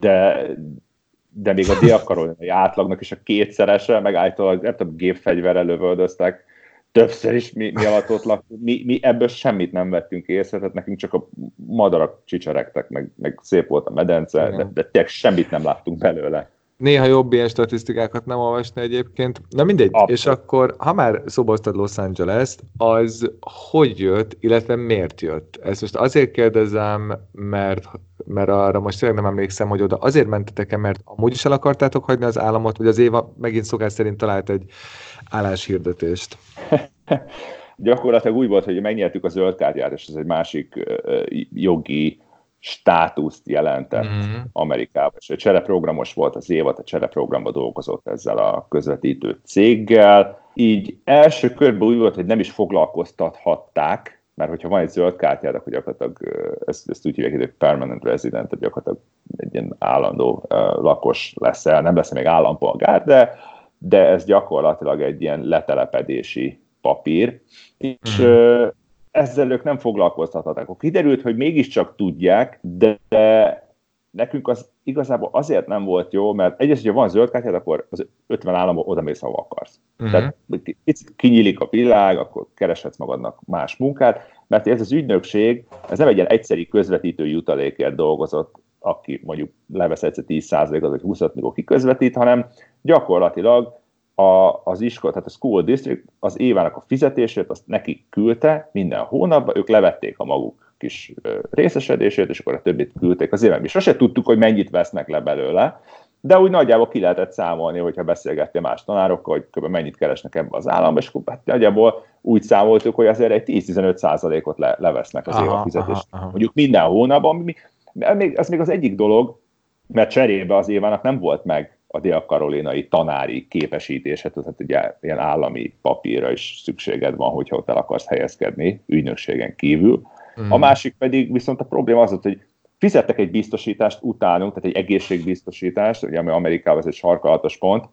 de még a dél-karolinai átlagnak is a 2-szerese, meg állítólag nem tudom, gépfegyverrel lövöldöztek, többször is mi alatt ott laktunk, mi ebből semmit nem vettünk észre, tehát nekünk csak a madarak csicseregtek, meg szép volt a medence, de tényleg semmit nem láttunk belőle. Néha jobb ilyen statisztikákat nem olvasni egyébként. Na mindegy, abszolút. És akkor, ha már szóba hoztad Los Angeles-t, az hogy jött, illetve miért jött? Ezt most azért kérdezem, mert arra most tényleg nem emlékszem, hogy oda azért mentetek-e, mert amúgy is el akartátok hagyni az államot, vagy az Éva megint szokás szerint talált egy álláshirdetést? Gyakorlatilag úgy volt, hogy megnyertük a zöld kártyát, és ez egy másik jogi státuszt jelentett Amerikában. És egy csereprogramos volt az Éva, a csereprogramban dolgozott ezzel a közvetítő céggel. Így első körben úgy volt, hogy nem is foglalkoztathatták, mert hogyha van egy zöld kártyád, akkor gyakorlatilag ezt úgy hívják, hogy permanent resident, tehát gyakorlatilag egy ilyen állandó lakos leszel, nem leszel még állampolgár, de ez gyakorlatilag egy ilyen letelepedési papír, és ezzel ők nem foglalkoztathatnak. Kiderült, hogy mégiscsak tudják, de nekünk az igazából azért nem volt jó, mert egyrészt, hogyha van zöld kártyád, akkor az 50 államban odamész, ha akarsz. Tehát picit kinyílik a világ, akkor kereshetsz magadnak más munkát, mert ez az ügynökség, ez nem egy ilyen egyszeri közvetítő jutalékért dolgozott, aki mondjuk levesz egyszer 10%-ot vagy 20-at, mikor kiközvetít, hanem gyakorlatilag az iskola, tehát a school district az évának a fizetését, azt neki küldte minden hónapban, ők levették a maguk kis részesedését, és akkor a többit küldték az éven. Mi sose tudtuk, hogy mennyit vesznek le belőle, de úgy nagyjából ki lehetett számolni, hogyha beszélgettél más tanárokkal, hogy kb. Mennyit keresnek ebbe az államba, és akkor hát nagyjából úgy számoltuk, hogy azért egy 10-15%-ot levesznek az éven fizetést. Mondjuk minden hónapban, ez még az egyik dolog, mert cserébe az évának nem volt meg a dél-karolinai tanári képesítése, tehát ugye ilyen állami papírra is szükséged van, hogyha ott el akarsz helyezkedni ügynökségen kívül. A másik pedig viszont a probléma az, hogy fizettek egy biztosítást utánunk, tehát egy egészségbiztosítást, ugye, ami Amerikában ez egy sarkalatos pont,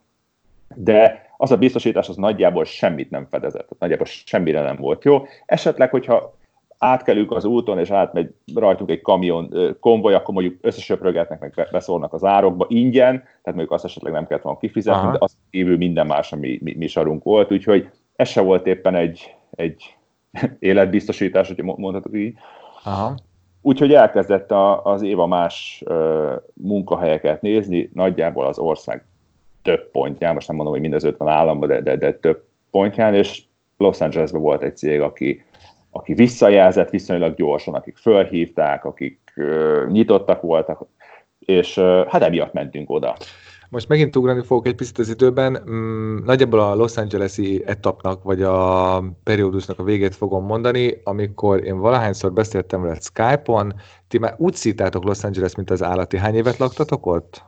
de az a biztosítás az nagyjából semmit nem fedezett, tehát nagyjából semmire nem volt jó. Esetleg, hogyha átkelünk az úton, és átmegy rajtunk egy kamion konvoj, akkor mondjuk összesöprögetnek, meg beszólnak az árokba ingyen, tehát mondjuk azt esetleg nem kellett volna kifizetni, de azt kívül minden más, ami mi sarunk volt, úgyhogy ez se volt éppen egy életbiztosítás, hogyha mondhatok így. Úgyhogy elkezdett az Éva más munkahelyeket nézni, nagyjából az ország több pontján, most nem mondom, hogy mind az 50 államban, de több pontján, és Los Angelesben volt egy cég, aki visszajelzett viszonylag gyorsan, akik fölhívták, akik nyitottak voltak, és hát emiatt mentünk oda. Most megint ugrani fogok egy picit az időben. Nagyjából a Los Angeles-i etapnak, vagy a periódusnak a végét fogom mondani, amikor én valahányszor beszéltem veled Skype-on, ti már úgy szítátok Los Angeles, mint az állati. Hány évet laktatok ott?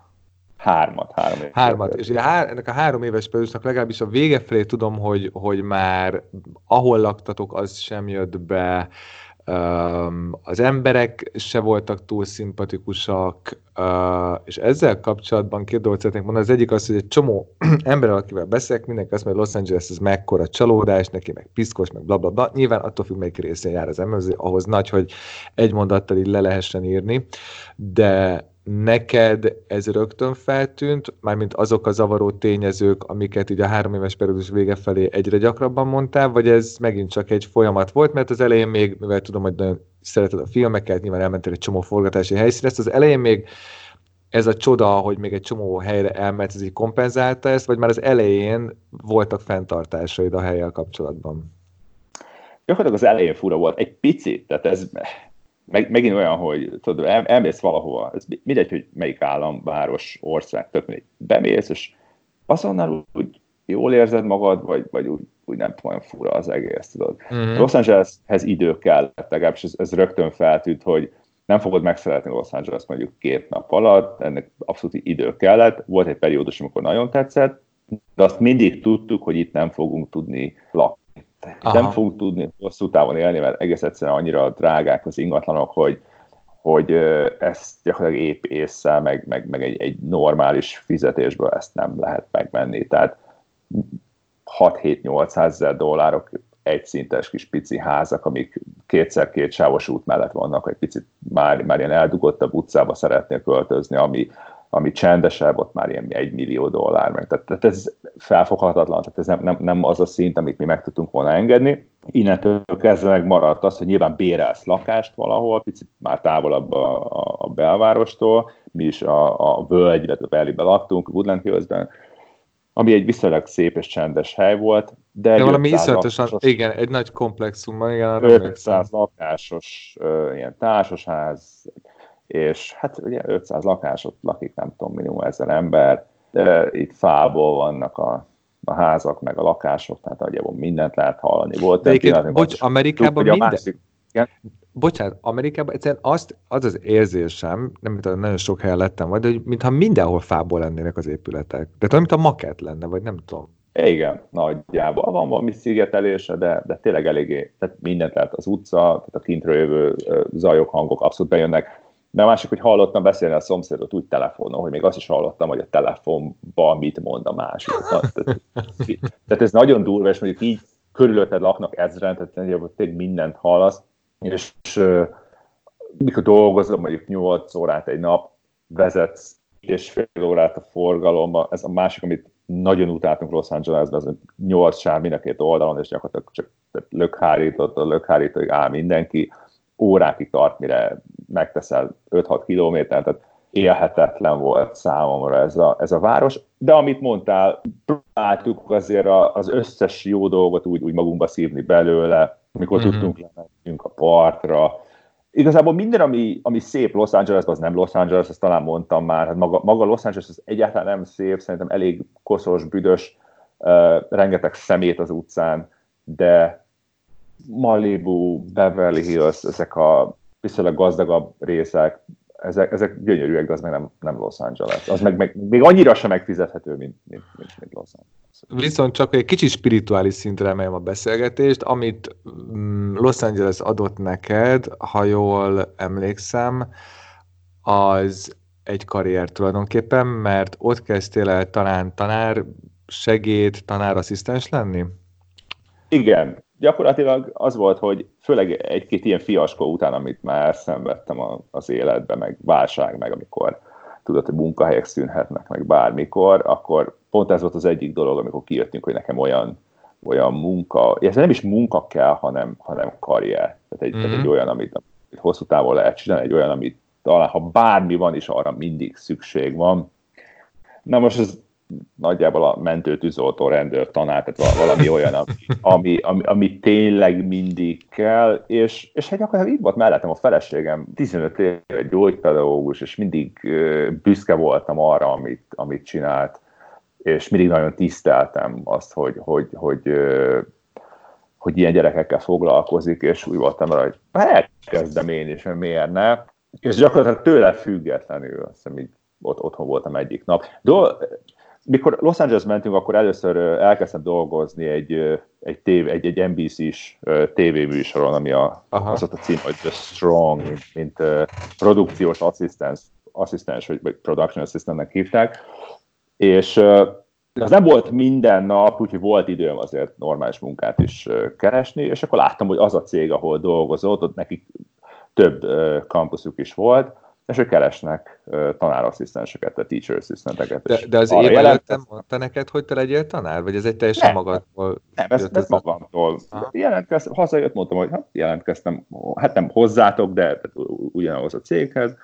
Hármat. És ennek a 3 éves periódusnak legalábbis a vége felé tudom, hogy már ahol laktatok, az sem jött be, az emberek se voltak túl szimpatikusak, és ezzel kapcsolatban 2 dolgot szeretnék mondani. Az egyik az, hogy egy csomó emberrel, akivel beszélek, mindenki azt mondja, hogy Los Angeles ez mekkora csalódás, neki meg piszkos, meg blablabla. Nyilván attól függ, melyik részén jár az ember, ahhoz nagy, hogy egy mondattal így le lehessen írni, de neked ez rögtön feltűnt, mármint azok a zavaró tényezők, amiket így a 3 éves periódus vége felé egyre gyakrabban mondtál, vagy ez megint csak egy folyamat volt, mert az elején még, mivel tudom, hogy nagyon szereted a filmeket, nyilván elmentél egy csomó forgatási helyszínre, ezt az elején még ez a csoda, hogy még egy csomó helyre elment, ez így kompenzálta ezt, vagy már az elején voltak fenntartásaid a hellyel kapcsolatban? Gyakorlatilag az elején fura volt, egy picit, tehát ez megint olyan, hogy tudod, elmész valahova, ez mindegy, hogy melyik állam, város, ország, tök mindegy, bemész, és azonnal úgy jól érzed magad, vagy úgy nem tudom, olyan fura az egész, tudod. Los Angeleshez idő kellett, legalábbis ez rögtön feltűnt, hogy nem fogod megszeretni Los Angeles mondjuk 2 nap alatt, ennek abszolút idő kellett. Volt egy periódus, amikor nagyon tetszett, de azt mindig tudtuk, hogy itt nem fogunk tudni lakni. Nem fogunk tudni hosszú távon élni, mert egész egyszerűen annyira drágák az ingatlanok, hogy ezt gyakorlatilag épp ésszel, meg egy normális fizetésből ezt nem lehet megvenni. Tehát 6-7-800 ezer dollárok egyszintes kis pici házak, amik 2x2 sávos út mellett vannak, egy picit már ilyen eldugottabb utcába szeretnél költözni, ami csendesebb, ott már ilyen $1 millió meg. Tehát ez felfoghatatlan, tehát ez nem az a szint, amit mi meg tudtunk volna engedni. Innentől kezdve megmaradt az, hogy nyilván bérelsz lakást valahol, picit már távolabb a belvárostól, mi is a völgy, illetve Valleyben laktunk, Woodland Hills-ben, ami egy viszonylag szép és csendes hely volt, de valami iszonyatosan, igen, egy nagy komplexumban, igen, 500 lakásos ilyen társasház, és hát ugye 500 lakás, ott lakik nem tudom, minimum 1000 ember, de itt fából vannak a házak, meg a lakások, tehát nagyjából mindent lehet hallani. Volt Amerikában minden... Bocsánat, Amerikában egyszerűen az érzésem, nem tudom, nagyon sok helyen lettem majd, hogy mintha mindenhol fából lennének az épületek. De talán, mint a makett lenne, vagy nem tudom. Igen, nagyjából van valami szigetelése, de tényleg eléggé, tehát mindent lehet az utca, tehát a kintről jövő zajok, hangok abszolút bejönnek. De a másik, hogy hallottam beszélni a szomszédot úgy telefonon, hogy még azt is hallottam, hogy a telefonban mit mond a másik. Tehát ez nagyon durva, és mondjuk így körülötted laknak ezren, tehát tényleg mindent hallasz, és mikor dolgozom mondjuk 8 órát egy nap, vezetsz 1,5 órát a forgalomba, ez a másik, amit nagyon utáltunk Los Angelesben, az 8 sáv mind a két oldalon, és gyakorlatilag csak lökhárítóig áll mindenki, órákig tart, mire megteszel 5-6 kilométert, tehát élhetetlen volt számomra ez a város, de amit mondtál, próbáltuk azért az összes jó dolgot úgy magunkba szívni belőle, amikor tudtunk lementünk a partra. Igazából minden, ami szép Los Angelesben, az nem Los Angeles, ezt talán mondtam már, hát maga Los Angeles az egyáltalán nem szép, szerintem elég koszos, büdös, rengeteg szemét az utcán, de Malibu, Beverly Hills, ezek a viszonylag gazdagabb részek, ezek gyönyörűek, de az meg nem Los Angeles. Az meg még annyira sem megfizethető, mint Los Angeles. Viszont csak egy kicsit spirituális szintre emeljem a beszélgetést, amit Los Angeles adott neked, ha jól emlékszem, az egy karrier tulajdonképpen, mert ott kezdtél el talán tanárasszisztens lenni? Igen. Gyakorlatilag az volt, hogy főleg egy-két ilyen fiaskó után, amit már szenvedtem az életben, meg válság, meg amikor tudod, hogy munkahelyek szűnhetnek, meg bármikor, akkor pont ez volt az egyik dolog, amikor kijöttünk, hogy nekem olyan munka, és nem is munka kell, hanem karrier. Tehát egy olyan, amit hosszú távon lehet csinálni, egy olyan, amit talán, ha bármi van, is arra mindig szükség van. Na most ez nagyjából a mentő, tűzoltó, rendőr, tanár, tehát valami olyan, ami tényleg mindig kell, és hát gyakorlatilag itt volt mellettem a feleségem, 15 éve gyógypedagógus, és mindig büszke voltam arra, amit csinált, és mindig nagyon tiszteltem azt, hogy ilyen gyerekekkel foglalkozik, és úgy voltam rá, hogy elkezdem én is, miért ne, és gyakorlatilag tőle függetlenül, azt hiszem, így otthon voltam egyik nap. Mikor Los Angeles mentünk, akkor először elkezdtem dolgozni egy NBC-s tévéműsoron, ami az volt a cím, hogy The Strong, mint produkciós asszisztens, vagy production assistantnek hívták, és az nem volt minden nap, úgyhogy volt időm azért normális munkát is keresni, és akkor láttam, hogy az a cég, ahol dolgozott, ott nekik több kampuszuk is volt, és ők keresnek tanárasszisztenseket, a teacher assistanteket. De az év előtt mondta neked, hogy te legyél tanár? Vagy ez egy teljesen magadból? Nem, ez magamtól. Hazajött, mondtam, hogy jelentkeztem, hát nem hozzátok, de ugyanahoz a céghez.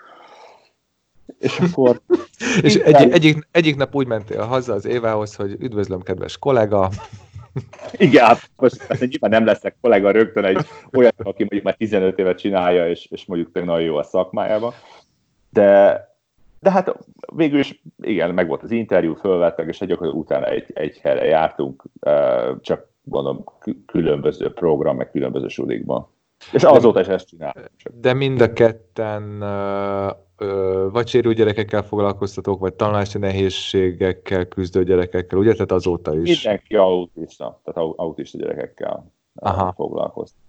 És akkor... és egyik nap úgy mentél haza az Évához, hogy üdvözlöm, kedves kollega. Igen, most nyilván nem leszek kollega rögtön egy olyan, aki mondjuk már 15 évet csinálja, és mondjuk tényleg nagyon jó a szakmájában. De hát végül is, igen, meg volt az interjú, fölvettek, és gyakorlatilag utána egy helyre jártunk, csak gondolom különböző program, meg különböző sulikban. És azóta is ezt csináltam. De mind a ketten vagy sérült gyerekekkel foglalkoztatók, vagy tanulási nehézségekkel küzdő gyerekekkel, ugye? Tehát azóta is. Mindenki autista, tehát autista gyerekekkel foglalkoztat.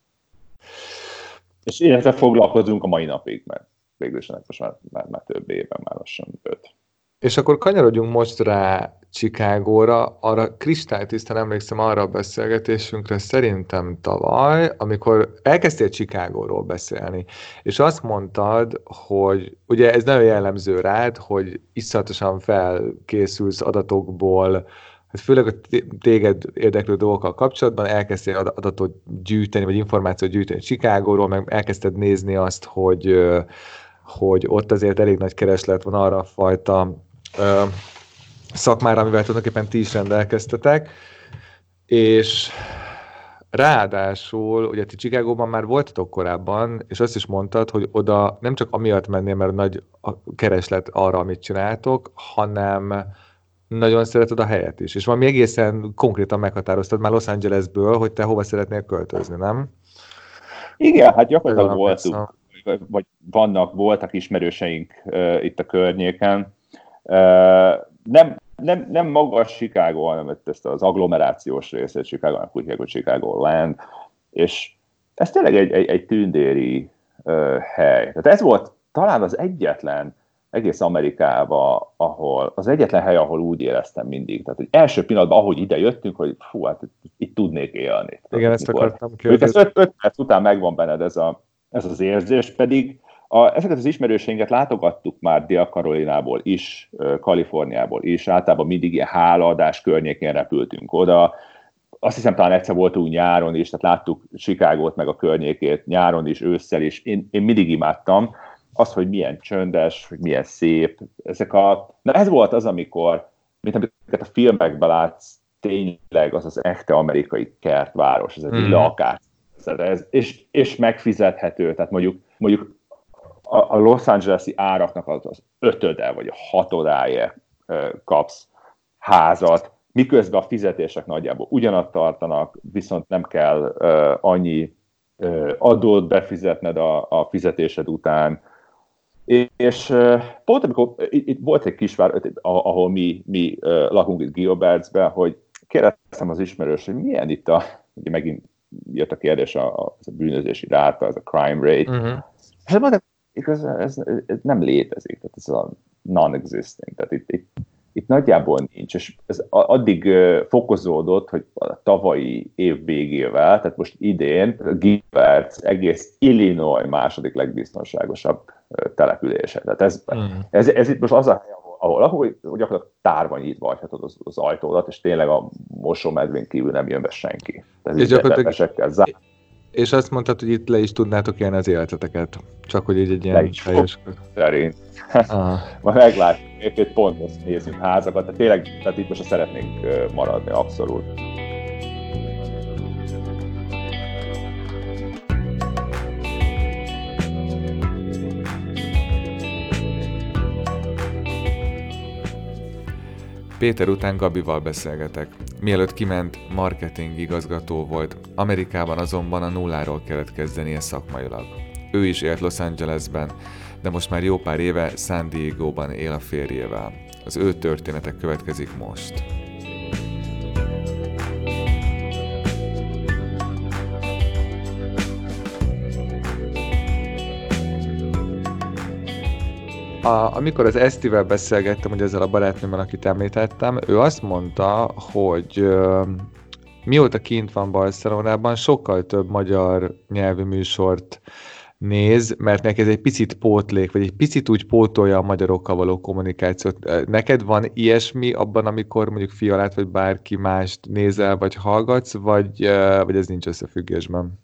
És illetve foglalkozunk a mai napig, mert végül is ennek most már több éven, már lassan 5. És akkor kanyarodjunk most rá Chicagóra, arra kristálytisztán emlékszem arra a beszélgetésünkre szerintem tavaly, amikor elkezdtél Chicagóról beszélni, és azt mondtad, hogy ugye ez nagyon jellemző rád, hogy iszonyatosan felkészülsz adatokból, hát főleg a téged érdeklő dolgokkal kapcsolatban elkezdtél adatot gyűjteni, vagy információt gyűjteni Chicagóról, meg elkezdted nézni azt, hogy ott azért elég nagy kereslet van arra a fajta szakmára, amivel tulajdonképpen ti is rendelkeztetek, és ráadásul, ugye ti Chicagóban már voltatok korábban, és azt is mondtad, hogy oda nem csak amiatt mennél, mert nagy a kereslet arra, amit csináltok, hanem nagyon szereted a helyet is. És valami egészen konkrétan meghatároztad már Los Angelesből, hogy te hova szeretnél költözni, nem? Igen, hát gyakorlatilag voltunk, vagy voltak ismerőseink itt a környéken. Nem magas Chicago, hanem ezt az agglomerációs részét Chicago-nak úgy hívják, hogy Chicagoland, és ez tényleg egy tündéri hely. Tehát ez volt talán az egyetlen egész Amerikában, az egyetlen hely, ahol úgy éreztem mindig. Tehát, hogy első pillanatban, ahogy ide jöttünk, hogy fú, hát itt tudnék élni. Igen, ezt akartam kérdezni. Ez 5 perc után megvan benned ez az érzés, pedig ezeket az ismerőseinket látogattuk már Dél-Karolinából is, Kaliforniából is, általában mindig ilyen hálaadás környékén repültünk oda. Azt hiszem, talán egyszer voltunk nyáron is, tehát láttuk Chicagót meg a környékét nyáron is, ősszel is. Én mindig imádtam azt, hogy milyen csöndes, hogy milyen szép. Na ez volt az, amikor, mint amiket a filmekben látsz, tényleg az az echte amerikai kertváros, ez egy lakás, és megfizethető, tehát mondjuk a Los Angeles-i áraknak az 5-öde vagy a 6-odáért kapsz házat, miközben a fizetések nagyjából ugyanazt tartanak, viszont nem kell annyi adót befizetned a fizetésed után. És pont amikor itt volt egy kisvár, ahol mi lakunk itt Gilbertsben, hogy kérdeztem az ismerős, hogy milyen itt ugye megint jött a kérdés, a bűnözési ráta, ez a crime rate. És mondtam, ez nem létezik, tehát ez a non-existing, tehát itt nagyjából nincs, és ez addig fokozódott, hogy a tavalyi év végével, tehát most idén Gilbert egész Illinois második legbiztonságosabb települése. Tehát ez itt most az a hely, ahol gyakorlatilag tárva nyitva hagyhatod az ajtódat, és tényleg a mosómedvén kívül nem jön be senki. Tehát és gyakorlatilag és azt mondtad, hogy itt le is tudnátok élni az életeteket. Csak hogy így egy ilyen teljes... Szerint. Majd meglátjuk, egy pontos nézzünk házakat, de tényleg, tehát itt most szeretnénk maradni, abszolút. Péter után Gabival beszélgetek. Mielőtt kiment, marketing igazgató volt, Amerikában azonban a nulláról kellett kezdenie szakmailag. Ő is élt Los Angelesben, de most már jó pár éve San Diegóban él a férjével. Az ő története következik most. Amikor az Esztivel beszélgettem, hogy ezzel a barátnőmmel, akit említettem, ő azt mondta, hogy mióta kint van Barcelonában, sokkal több magyar nyelvű műsort néz, mert neki ez egy picit pótlék, vagy egy picit úgy pótolja a magyarokkal való kommunikációt. Neked van ilyesmi abban, amikor mondjuk Fialát, vagy bárki mást nézel, vagy hallgatsz, vagy ez nincs összefüggésben?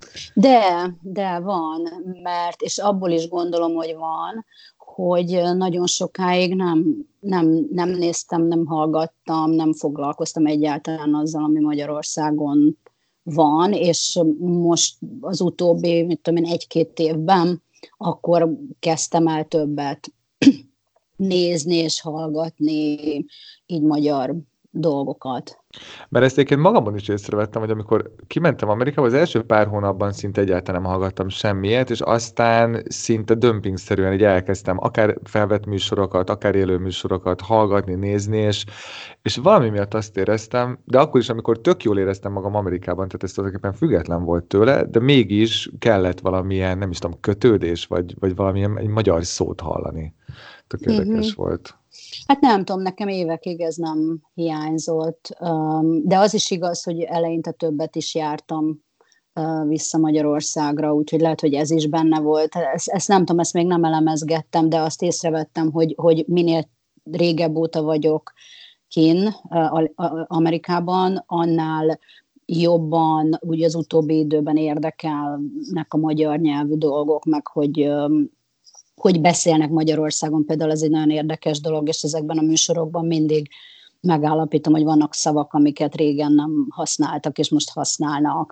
De van, és abból is gondolom, hogy van, hogy nagyon sokáig nem néztem, nem hallgattam, nem foglalkoztam egyáltalán azzal, ami Magyarországon van, és most az utóbbi, 1-2 évben akkor kezdtem el többet nézni és hallgatni így magyar dolgokat. Mert ezt egyébként magamon is észrevettem, hogy amikor kimentem Amerikába, az első pár hónapban szinte egyáltalán nem hallgattam semmiet, és aztán szinte dömpingszerűen így elkezdtem akár felvett műsorokat, akár élő műsorokat hallgatni, nézni, és valami miatt azt éreztem, de akkor is, amikor tök jól éreztem magam Amerikában, tehát ez tulajdonképpen független volt tőle, de mégis kellett valamilyen, nem is tudom, kötődés, vagy valamilyen egy magyar szót hallani. Tök érdekes volt. Hát nem tudom, nekem évekig ez nem hiányzott, de az is igaz, hogy eleinte többet is jártam vissza Magyarországra, úgyhogy lehet, hogy ez is benne volt. Ezt nem tudom, ezt még nem elemezgettem, de azt észrevettem, hogy minél régebb óta vagyok kinn Amerikában, annál jobban úgy az utóbbi időben érdekelnek a magyar nyelvű dolgok, meg hogy beszélnek Magyarországon, például ez egy nagyon érdekes dolog, és ezekben a műsorokban mindig megállapítom, hogy vannak szavak, amiket régen nem használtak, és most használnak,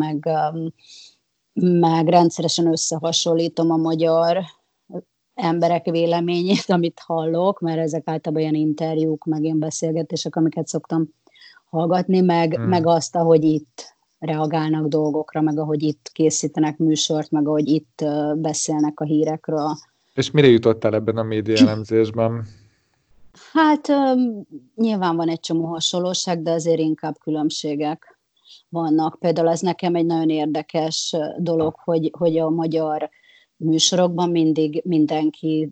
meg rendszeresen összehasonlítom a magyar emberek véleményét, amit hallok, mert ezek általában ilyen interjúk, meg ilyen beszélgetések, amiket szoktam hallgatni, meg azt, ahogy itt reagálnak dolgokra, meg ahogy itt készítenek műsort, meg ahogy itt beszélnek a hírekről. És mire jutottál ebben a média elemzésben? Hát nyilván van egy csomó hasonlóság, de azért inkább különbségek vannak. Például ez nekem egy nagyon érdekes dolog, hogy a magyar műsorokban mindig mindenki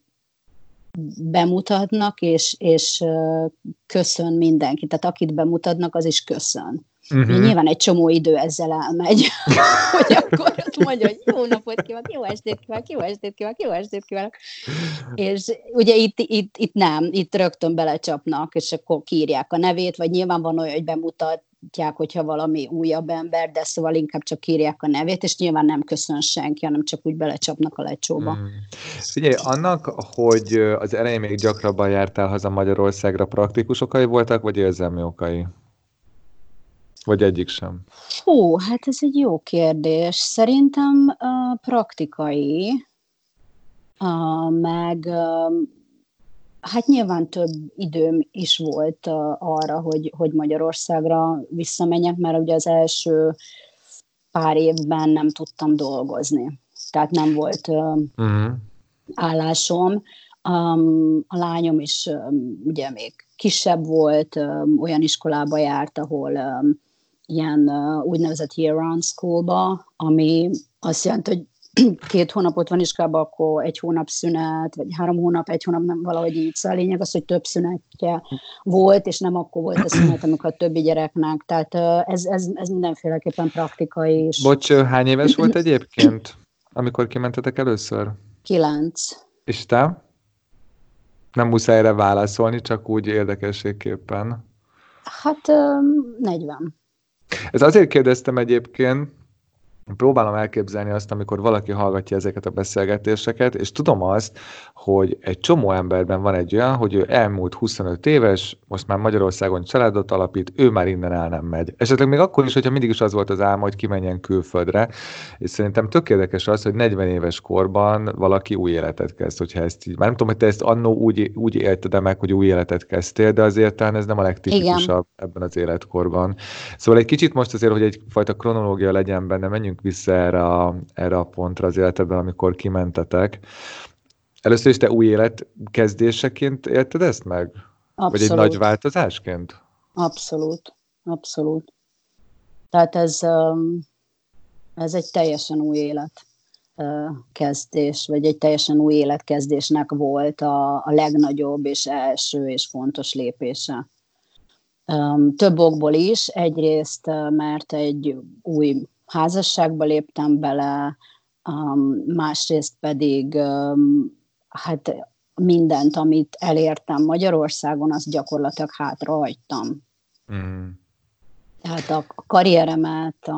bemutatnak, és köszön mindenki. Tehát akit bemutatnak, az is köszön. Nyilván egy csomó idő ezzel elmegy, hogy akkor ott mondja, hogy jó napot kívánok, jó estét kívánok, jó estét kívánok, jó estét kívánok. És ugye itt nem, itt rögtön belecsapnak, és akkor kiírják a nevét, vagy nyilván van olyan, hogy bemutatják, hogyha valami újabb ember, de szóval inkább csak írják a nevét, és nyilván nem köszön senki, hanem csak úgy belecsapnak a lecsóba. Figyelj, annak, hogy az elején még gyakrabban jártál haza Magyarországra, praktikus okai voltak, vagy érzelmi okai? Vagy egyik sem? Hú, hát ez egy jó kérdés. Szerintem praktikai, meg hát nyilván több időm is volt arra, hogy Magyarországra visszamenjek, mert ugye az első pár évben nem tudtam dolgozni. Tehát nem volt állásom. A lányom is ugye még kisebb volt, olyan iskolába járt, ahol ilyen úgynevezett year-round schoolba, ami azt jelenti, hogy 2 hónapot van iskolában, akkor 1 hónap szünet, vagy 3 hónap, 1 hónap, nem valahogy így. Szóval a lényeg az, hogy több szünetje volt, és nem akkor volt a szünet, amikor a többi gyereknek. Tehát ez mindenféleképpen praktikai is. Bocs, hány éves volt egyébként, amikor kimentetek először? 9. És te? Nem muszáj erre válaszolni, csak úgy érdekességképpen. Hát 40. Ez azért kérdeztem egyébként, próbálom elképzelni azt, amikor valaki hallgatja ezeket a beszélgetéseket, és tudom azt, hogy egy csomó emberben van egy olyan, hogy ő elmúlt 25 éves, most már Magyarországon családot alapít, ő már innen el nem megy. Esetleg még akkor is, hogyha mindig is az volt az álma, hogy kimenjen külföldre, és szerintem tök érdekes az, hogy 40 éves korban valaki új életet kezd, hogyha ezt így. Már nem tudom, hogy te ezt annó úgy élted meg, hogy új életet kezdtél, de azért talán ez nem a legtipikusabb ebben az életkorban. Szóval egy kicsit most azért, hogy egyfajta kronológia legyen benne, menjünk vissza erre a pontra az életedben, amikor kimentetek. Először is te új életkezdéseként élted ezt meg? Abszolút. Vagy egy nagy változásként? Abszolút. Abszolút. Tehát ez egy teljesen új életkezdés, vagy egy teljesen új életkezdésnek volt a legnagyobb és első és fontos lépése. Több okból is. Egyrészt, mert egy új házasságba léptem bele, másrészt pedig hát mindent, amit elértem Magyarországon, azt gyakorlatilag hátrahagytam. Tehát a karrieremet,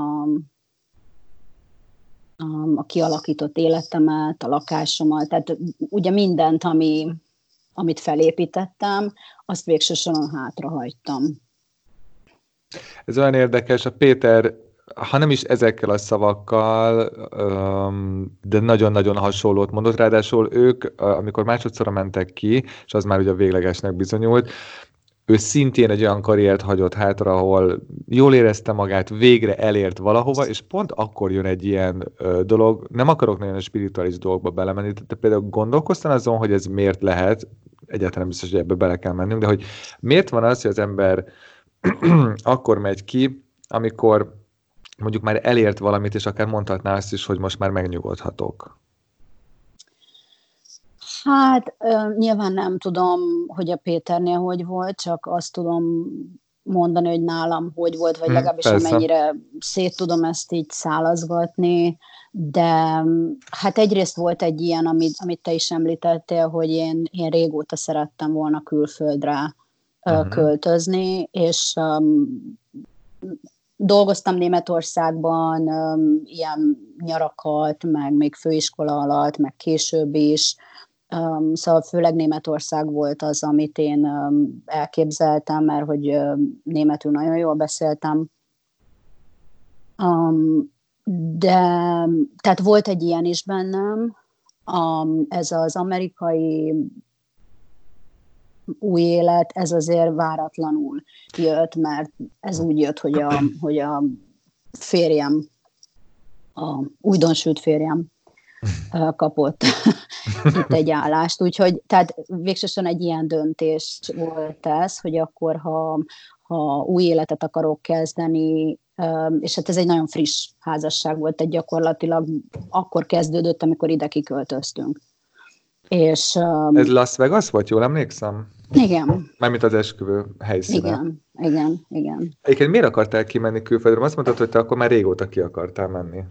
a kialakított életemet, a lakásomat, tehát ugye mindent, amit felépítettem, azt végső soron hátrahagytam. Ez olyan érdekes, a Péter, ha nem is ezekkel a szavakkal, de nagyon-nagyon hasonlót mondott, ráadásul ők, amikor másodszorra mentek ki, és az már ugye véglegesnek bizonyult, ő szintén egy olyan karriert hagyott hátra, ahol jól érezte magát, végre elért valahova, és pont akkor jön egy ilyen dolog, nem akarok nagyon spirituális dolgokba belemenni, te például gondolkoztál azon, hogy ez miért lehet, egyáltalán biztos, hogy ebbe bele kell mennünk, de hogy miért van az, hogy az ember akkor megy ki, amikor mondjuk már elért valamit, és akár mondhatná azt is, hogy most már megnyugodhatok. Hát nyilván nem tudom, hogy a Péternél hogy volt, csak azt tudom mondani, hogy nálam hogy volt, vagy legalábbis amennyire szét tudom ezt így szálazgatni, de hát egyrészt volt egy ilyen, amit te is említettél, hogy én régóta szerettem volna külföldre költözni, és dolgoztam Németországban ilyen nyarakat, meg még főiskola alatt, meg később is, szóval főleg Németország volt az, amit én elképzeltem, mert hogy németül nagyon jól beszéltem. De tehát volt egy ilyen is bennem, ez az amerikai új élet, ez azért váratlanul jött, mert ez úgy jött, hogy a férjem, a újdonsült férjem kapott itt egy állást, úgyhogy tehát végsősorban egy ilyen döntés volt ez, hogy akkor, ha új életet akarok kezdeni, és hát ez egy nagyon friss házasság volt, tehát gyakorlatilag akkor kezdődött, amikor ide kiköltöztünk. És, ez Las Vegas volt, jól emlékszem? Igen. Mármint az esküvő helyszíne. igen. Egyébként miért akartál kimenni külföldre? Azt mondtad, hogy te akkor már régóta ki akartál menni.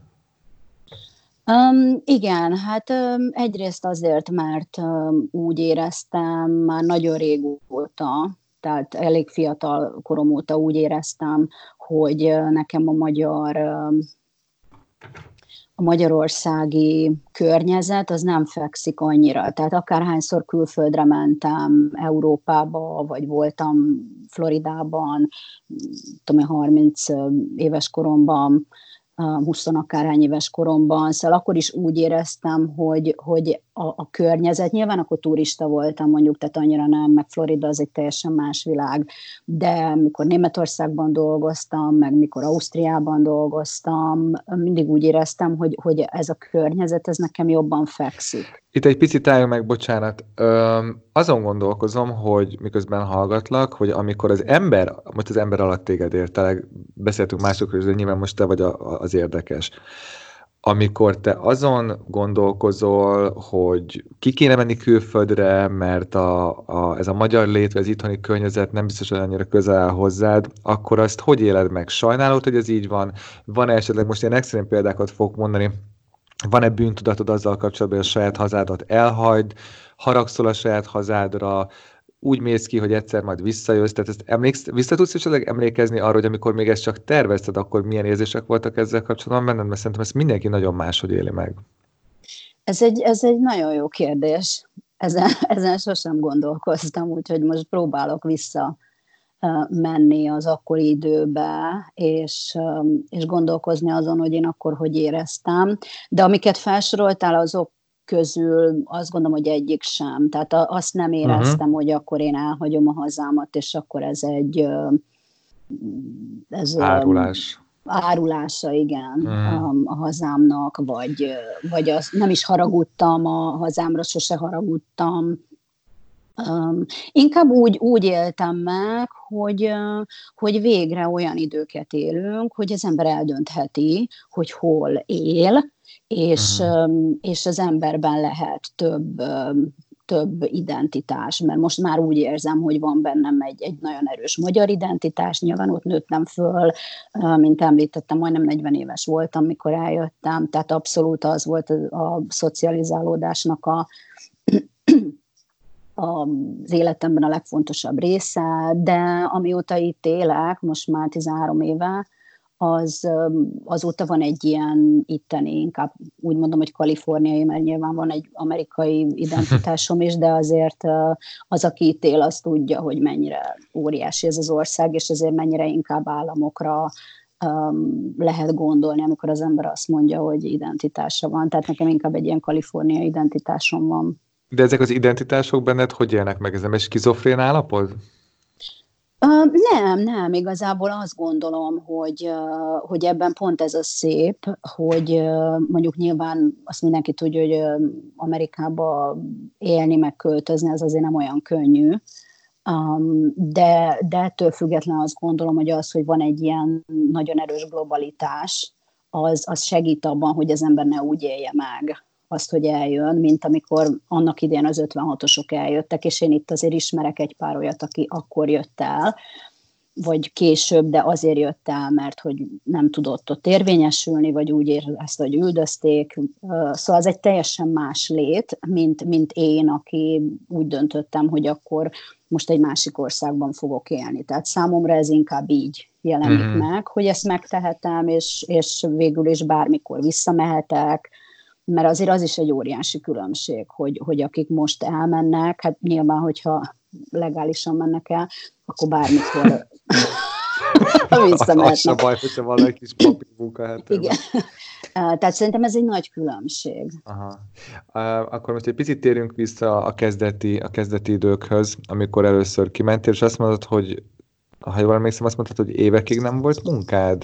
Igen, hát egyrészt azért, mert úgy éreztem már nagyon régóta, tehát elég fiatal korom óta úgy éreztem, hogy nekem a magyarországi környezet az nem fekszik annyira. Tehát akárhányszor külföldre mentem Európába, vagy voltam Floridában, tudom, 30 éves koromban, 20 akárhány éves koromban, szóval akkor is úgy éreztem, hogy a környezet, nyilván akkor turista voltam mondjuk, tehát annyira nem, meg Florida az egy teljesen más világ, de mikor Németországban dolgoztam, meg mikor Ausztriában dolgoztam, mindig úgy éreztem, hogy ez a környezet, ez nekem jobban fekszik. Itt egy picit álljunk meg, bocsánat. Azon gondolkozom, hogy miközben hallgatlak, hogy amikor az ember, most az ember alatt téged értelek, beszéltünk másokról, de nyilván most te vagy az érdekes. Amikor te azon gondolkozol, hogy ki kéne menni külföldre, mert ez a magyar lét, vagy az itthoni környezet nem biztos, hogy annyira közel áll hozzád, akkor azt hogy éled meg? Sajnálod, hogy ez így van? Van-e esetleg, most ilyen extrém példákat fogok mondani, van-e bűntudatod azzal kapcsolatban, hogy a saját hazádat elhagyd, haragszol a saját hazádra, úgy mész ki, hogy egyszer majd visszajössz, tehát ezt vissza tudsz esetleg emlékezni arra, hogy amikor még ezt csak tervezted, akkor milyen érzések voltak ezzel kapcsolatban benned, mert szerintem ezt mindenki nagyon máshogy éli meg. Ez egy nagyon jó kérdés. Ezen sosem gondolkoztam, úgyhogy most próbálok vissza menni az akkori időbe, és gondolkozni azon, hogy én akkor hogy éreztem. De amiket felsoroltál, azok közül azt gondolom, hogy egyik sem. Tehát azt nem éreztem, hogy akkor én elhagyom a hazámat, és akkor ez egy... Árulás. Árulása, igen, a hazámnak, vagy nem is haragudtam a hazámra, sose haragudtam. Inkább úgy éltem meg, hogy végre olyan időket élünk, hogy az ember eldöntheti, hogy hol él, és az emberben lehet több identitás, mert most már úgy érzem, hogy van bennem egy nagyon erős magyar identitás, nyilván ott nőttem föl, mint említettem, majdnem 40 éves voltam, mikor eljöttem, tehát abszolút az volt a szocializálódásnak az életemben a legfontosabb része, de amióta itt élek, most már 13 éve, azóta van egy ilyen itteni, inkább úgy mondom, hogy kaliforniai, mert nyilván van egy amerikai identitásom is, de azért az, aki itt él, az tudja, hogy mennyire óriási ez az ország, és azért mennyire inkább államokra lehet gondolni, amikor az ember azt mondja, hogy identitása van. Tehát nekem inkább egy ilyen kaliforniai identitásom van. De ezek az identitások benned hogy élnek meg? Ez nem egy skizofrén állapot? Nem, igazából azt gondolom, hogy ebben pont ez a szép, hogy mondjuk nyilván azt mindenki tudja, hogy Amerikába élni, meg költözni, ez azért nem olyan könnyű, de ettől függetlenül azt gondolom, hogy az, hogy van egy ilyen nagyon erős globalitás, az segít abban, hogy az ember ne úgy élje meg azt, hogy eljön, mint amikor annak idején az 56-osok eljöttek, és én itt azért ismerek egy pár olyat, aki akkor jött el, vagy később, de azért jött el, mert hogy nem tudott ott érvényesülni, vagy úgy érezte, hogy üldözték. Szóval ez egy teljesen más lét, mint én, aki úgy döntöttem, hogy akkor most egy másik országban fogok élni. Tehát számomra ez inkább így jelenik meg, hogy ezt megtehetem, és végül is bármikor visszamehetek, mert azért az is egy óriási különbség, hogy akik most elmennek, hát nyilván, hogyha legálisan mennek el, akkor bármikor visszamehetnek. Az sem baj, hogyha van egy kis papírmunka. Igen. Tehát szerintem ez egy nagy különbség. Aha. Akkor most egy picit térjünk vissza a kezdeti időkhöz, amikor először kimentél, és azt mondod, hogy ha jól emlékszem, azt mondtad, hogy évekig nem volt munkád?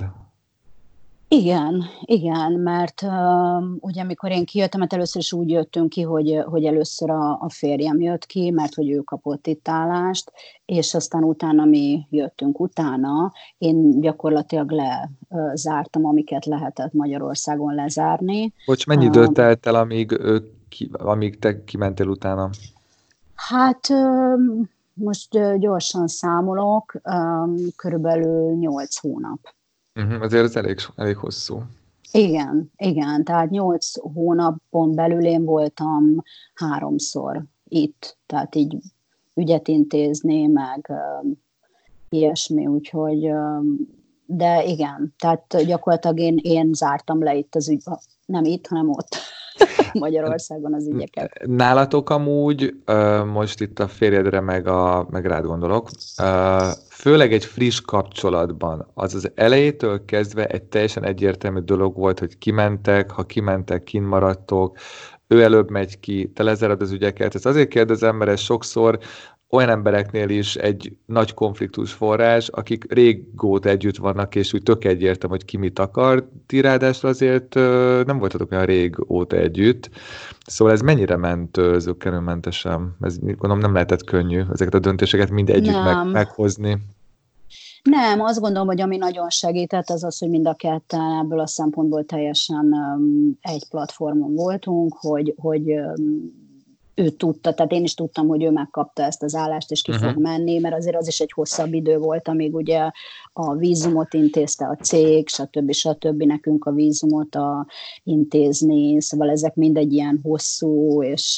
Igen, mert ugye amikor én kijöttem, hát először is úgy jöttünk ki, hogy először a férjem jött ki, mert hogy ő kapott itt állást, és aztán utána mi jöttünk utána. Én gyakorlatilag lezártam, amiket lehetett Magyarországon lezárni. Bocs, mennyi időt telt el, amíg te kimentél utána? Hát most gyorsan számolok, körülbelül 8 hónap. Azért ez elég hosszú. Igen, tehát 8 hónapon belül én voltam 3-szor itt, tehát így ügyet intézni, meg ilyesmi, úgyhogy, de igen, tehát gyakorlatilag én zártam le itt az nem itt, hanem ott Magyarországon az ügyeket. Nálatok amúgy, most itt a férjedre meg rád gondolok, főleg egy friss kapcsolatban, az elejétől kezdve egy teljesen egyértelmű dolog volt, hogy kimentek, ha kimentek, kint maradtok, ő előbb megy ki, te lezáred az ügyeket. Ezt azért kérdezem, mert ez sokszor olyan embereknél is egy nagy konfliktus forrás, akik régóta együtt vannak, és úgy tök egyértelmű, hogy ki mit akar. Ti ráadásul azért nem voltatok olyan régóta együtt. Szóval ez mennyire ment zökkenőmentesen? Ez gondolom nem lehetett könnyű ezeket a döntéseket mind együtt meghozni. Nem, azt gondolom, hogy ami nagyon segített, az, hogy mind a ketten ebből a szempontból teljesen egy platformon voltunk, hogy ő tudta, tehát én is tudtam, hogy ő megkapta ezt az állást, és ki fog menni, mert azért az is egy hosszabb idő volt, amíg ugye a vízumot intézte a cég, stb. Nekünk a vízumot intézni, szóval ezek mind egy ilyen hosszú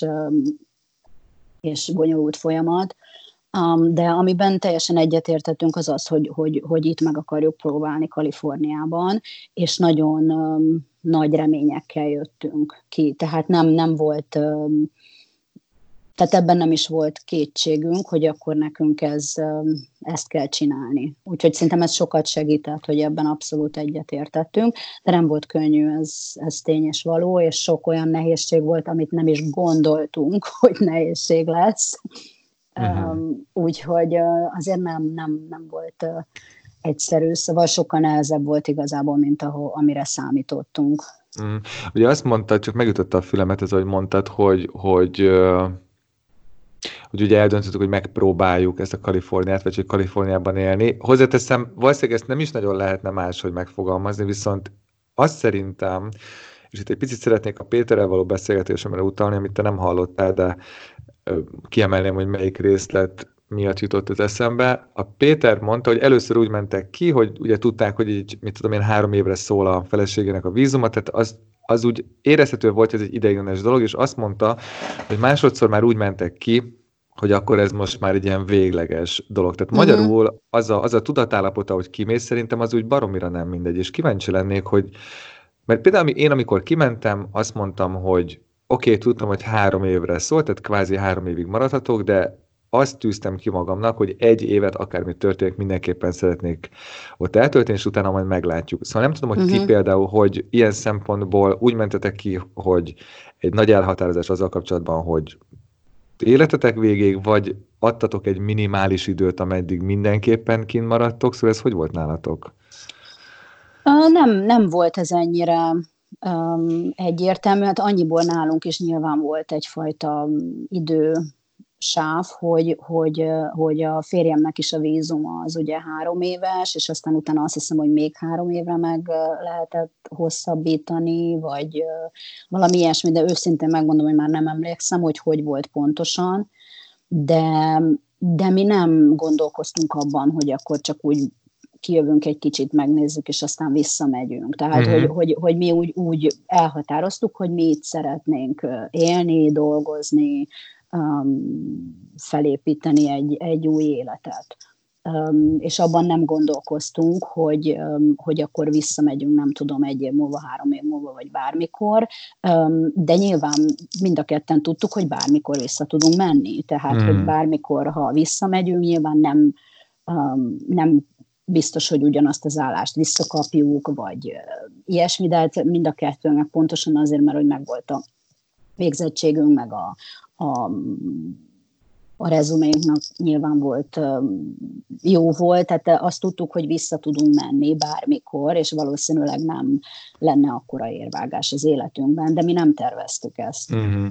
és bonyolult folyamat. De amiben teljesen egyetértettünk az, hogy itt meg akarjuk próbálni Kaliforniában, és nagyon nagy reményekkel jöttünk ki. Tehát nem volt... Tehát ebben nem is volt kétségünk, hogy akkor nekünk ezt kell csinálni. Úgyhogy szerintem ez sokat segített, hogy ebben abszolút egyetértettünk, de nem volt könnyű, ez tény és való, és sok olyan nehézség volt, amit nem is gondoltunk, hogy nehézség lesz. Úgyhogy azért nem volt egyszerű, szóval sokkal nehezebb volt igazából, mint amire számítottunk. Ugye azt mondtad, csak megütötte a fülemet ez, ahogy mondtad, hogy ugye eldöntöttük, hogy megpróbáljuk ezt a Kaliforniát, vagy hogy Kaliforniában élni. Hozzáteszem, valószínűleg ezt nem is nagyon lehetne máshogy megfogalmazni, viszont azt szerintem, és itt egy picit szeretnék a Péterrel való beszélgetésemre utalni, amit te nem hallottál, de kiemelném, hogy melyik részlet miatt jutott az eszembe. A Péter mondta, hogy először úgy mentek ki, hogy ugye tudták, hogy így, 3 évre szól a feleségének a vízuma, tehát az úgy érezhető volt, hogy ez egy ideiglenes dolog, és azt mondta, hogy másodszor már úgy mentek ki, hogy akkor ez most már egy ilyen végleges dolog. Tehát magyarul az a tudatállapota, hogy kimész, szerintem az úgy baromira nem mindegy, és kíváncsi lennék, hogy mert például én, amikor kimentem, azt mondtam, hogy oké, tudtam, hogy 3 évre szól, tehát kvázi 3 évig maradhatok, de azt tűztem ki magamnak, hogy 1 évet akármi történik, mindenképpen szeretnék ott eltölteni, és utána majd meglátjuk. Szóval nem tudom, hogy ti például, hogy ilyen szempontból úgy mentetek ki, hogy egy nagy elhatározás azzal kapcsolatban, hogy életetek végéig, vagy adtatok egy minimális időt, ameddig mindenképpen kint maradtok, szóval ez hogy volt nálatok? Nem volt ez ennyire egyértelmű, hát annyiból nálunk is nyilván volt egyfajta idősáv, hogy a férjemnek is a vízuma az ugye 3 éves, és aztán utána azt hiszem, hogy még 3 évre meg lehetett hosszabbítani, vagy valami ilyesmi, de őszintén megmondom, hogy már nem emlékszem, hogy volt pontosan, de mi nem gondolkoztunk abban, hogy akkor csak úgy kijövünk egy kicsit, megnézzük, és aztán visszamegyünk. Tehát, hogy mi úgy elhatároztuk, hogy mi itt szeretnénk élni, dolgozni, felépíteni egy új életet. És abban nem gondolkoztunk, hogy akkor visszamegyünk, nem tudom, 1 év múlva, 3 év múlva, vagy bármikor, de nyilván mind a ketten tudtuk, hogy bármikor vissza tudunk menni. Tehát, hogy bármikor, ha visszamegyünk, nyilván nem biztos, hogy ugyanazt az állást visszakapjuk, vagy ilyesmi, de hát mind a kettőnek pontosan azért, mert hogy megvolt a végzettségünk, meg a rezuménknak nyilván volt, jó volt, tehát azt tudtuk, hogy vissza tudunk menni bármikor, és valószínűleg nem lenne akkora érvágás az életünkben, de mi nem terveztük ezt.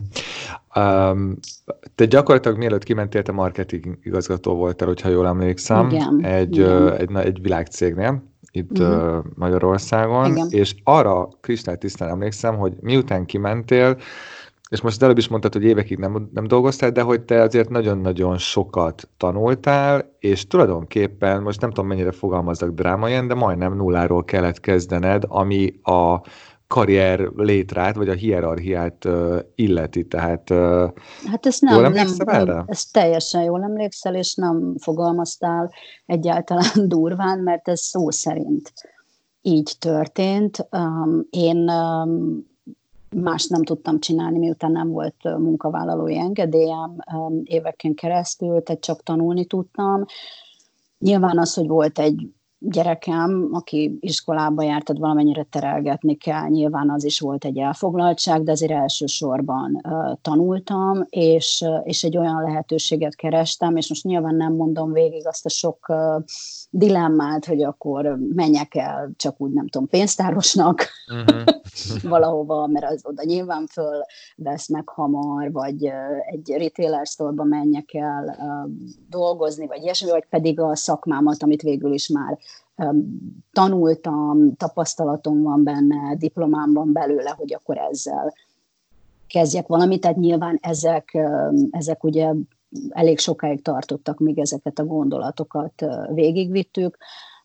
Te gyakorlatilag mielőtt kimentél, te marketing igazgató voltál, hogyha jól emlékszem, igen. Egy világcégnél itt Magyarországon, igen. És arra kristálytisztán emlékszem, hogy miután kimentél, és most előbb is mondtad, hogy évekig nem dolgoztál, de hogy te azért nagyon-nagyon sokat tanultál, és tulajdonképpen, most nem tudom mennyire fogalmazzak drámaian, de majdnem nulláról kellett kezdened, ami a karrier létrát, vagy a hierarchiát illeti, tehát Hát ezt jól emlékszem erre? ezt teljesen jól emlékszel, és nem fogalmaztál egyáltalán durván, mert ez szó szerint így történt. Én más nem tudtam csinálni, miután nem volt munkavállalói engedélyem éveken keresztül, tehát csak tanulni tudtam. Nyilván az, hogy volt egy gyerekem, aki iskolába járt, tehát valamennyire terelgetni kell, nyilván az is volt egy elfoglaltság, de azért elsősorban tanultam, és egy olyan lehetőséget kerestem, és most nyilván nem mondom végig azt a sok dilemmát, hogy akkor menjek el csak úgy, nem tudom, pénztárosnak valahova, mert az oda nyilván fölvesznek hamar, vagy egy retailer store-ba menjek el dolgozni, vagy ilyesmi, vagy pedig a szakmámat, amit végül is már tanultam, tapasztalatom van benne, diplomám belőle, hogy akkor ezzel kezdjek valamit. Tehát nyilván ezek ugye elég sokáig tartottak, míg ezeket a gondolatokat végigvittük,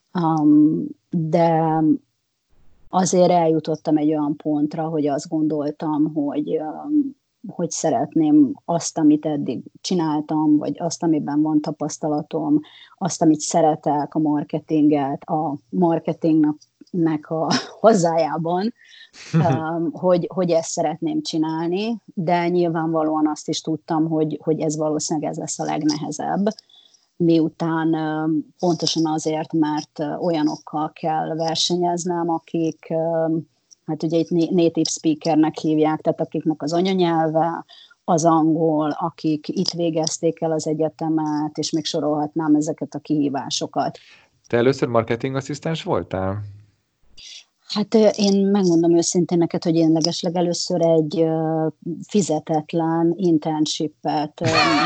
de azért eljutottam egy olyan pontra, hogy azt gondoltam, hogy szeretném azt, amit eddig csináltam, vagy azt, amiben van tapasztalatom, azt, amit szeretek, a marketinget, a marketingnek a hazájában, hogy ezt szeretném csinálni, de nyilvánvalóan azt is tudtam, hogy ez valószínűleg ez lesz a legnehezebb, miután pontosan azért, mert olyanokkal kell versenyeznem, akik, hát ugye itt native speakernek hívják, tehát akiknek az anyanyelve az angol, akik itt végezték el az egyetemet, és még sorolhatnám ezeket a kihívásokat. Te először marketing asszisztens voltál? Hát én megmondom őszintén neked, hogy én legeslegelőször egy fizetetlen internship-et,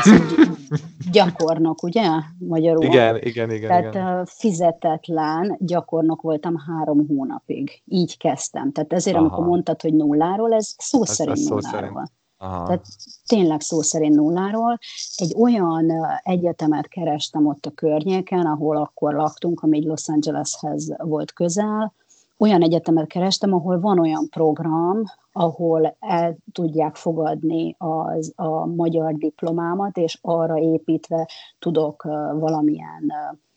gyakornok, ugye? Magyarul. Igen. Tehát fizetetlen gyakornok voltam 3 hónapig. Így kezdtem. Tehát ezért, amikor mondtad, hogy nulláról, ez szó szerint nulláról. Tehát tényleg szó szerint nulláról. Egy olyan egyetemet kerestem ott a környéken, ahol akkor laktunk, ami Los Angeleshez volt közel. Olyan egyetemet kerestem, ahol van olyan program, ahol el tudják fogadni a magyar diplomámat, és arra építve tudok valamilyen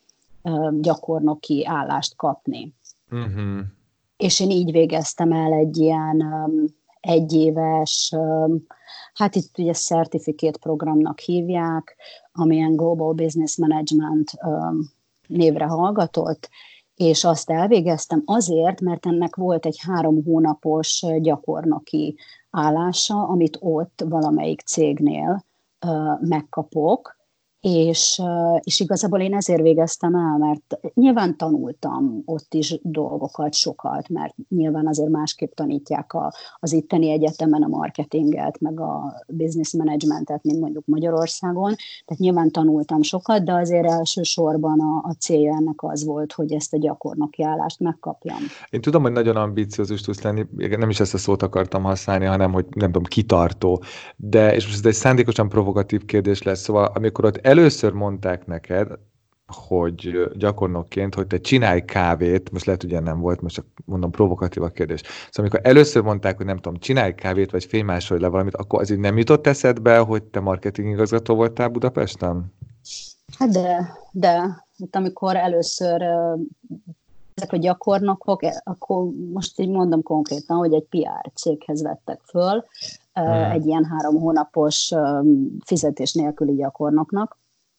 gyakornoki állást kapni. Uh-huh. És én így végeztem el egy ilyen egyéves, hát itt ugye certificate programnak hívják, amilyen Global Business Management névre hallgatott, és azt elvégeztem azért, mert ennek volt egy 3 hónapos gyakornoki állása, amit ott valamelyik cégnél megkapok, és igazából én ezért végeztem el, mert nyilván tanultam ott is dolgokat sokat, mert nyilván azért másképp tanítják az itteni egyetemen a marketinget, meg a business managementet, mint mondjuk Magyarországon, tehát nyilván tanultam sokat, de azért elsősorban a célja ennek az volt, hogy ezt a gyakornoki állást megkapjam. Én tudom, hogy nagyon ambiciózus tudsz lenni, nem is ezt a szót akartam használni, hanem, hogy nem tudom, kitartó, de, és most ez egy szándékosan provokatív kérdés lesz, szóval amikor ott először mondták neked, hogy gyakornokként, hogy te csinálj kávét, most lehet, ugye nem volt, most csak mondom provokatív a kérdés. Szóval amikor először mondták, hogy nem tudom, csinálj kávét, vagy fénymásolj le valamit, akkor az így nem jutott eszedbe, hogy te marketingigazgató voltál Budapesten? Hát de amikor először ezek a gyakornokok, akkor most így mondom konkrétan, hogy egy PR céghez vettek föl, egy ilyen 3 hónapos fizetés nélküli gyakornoknak,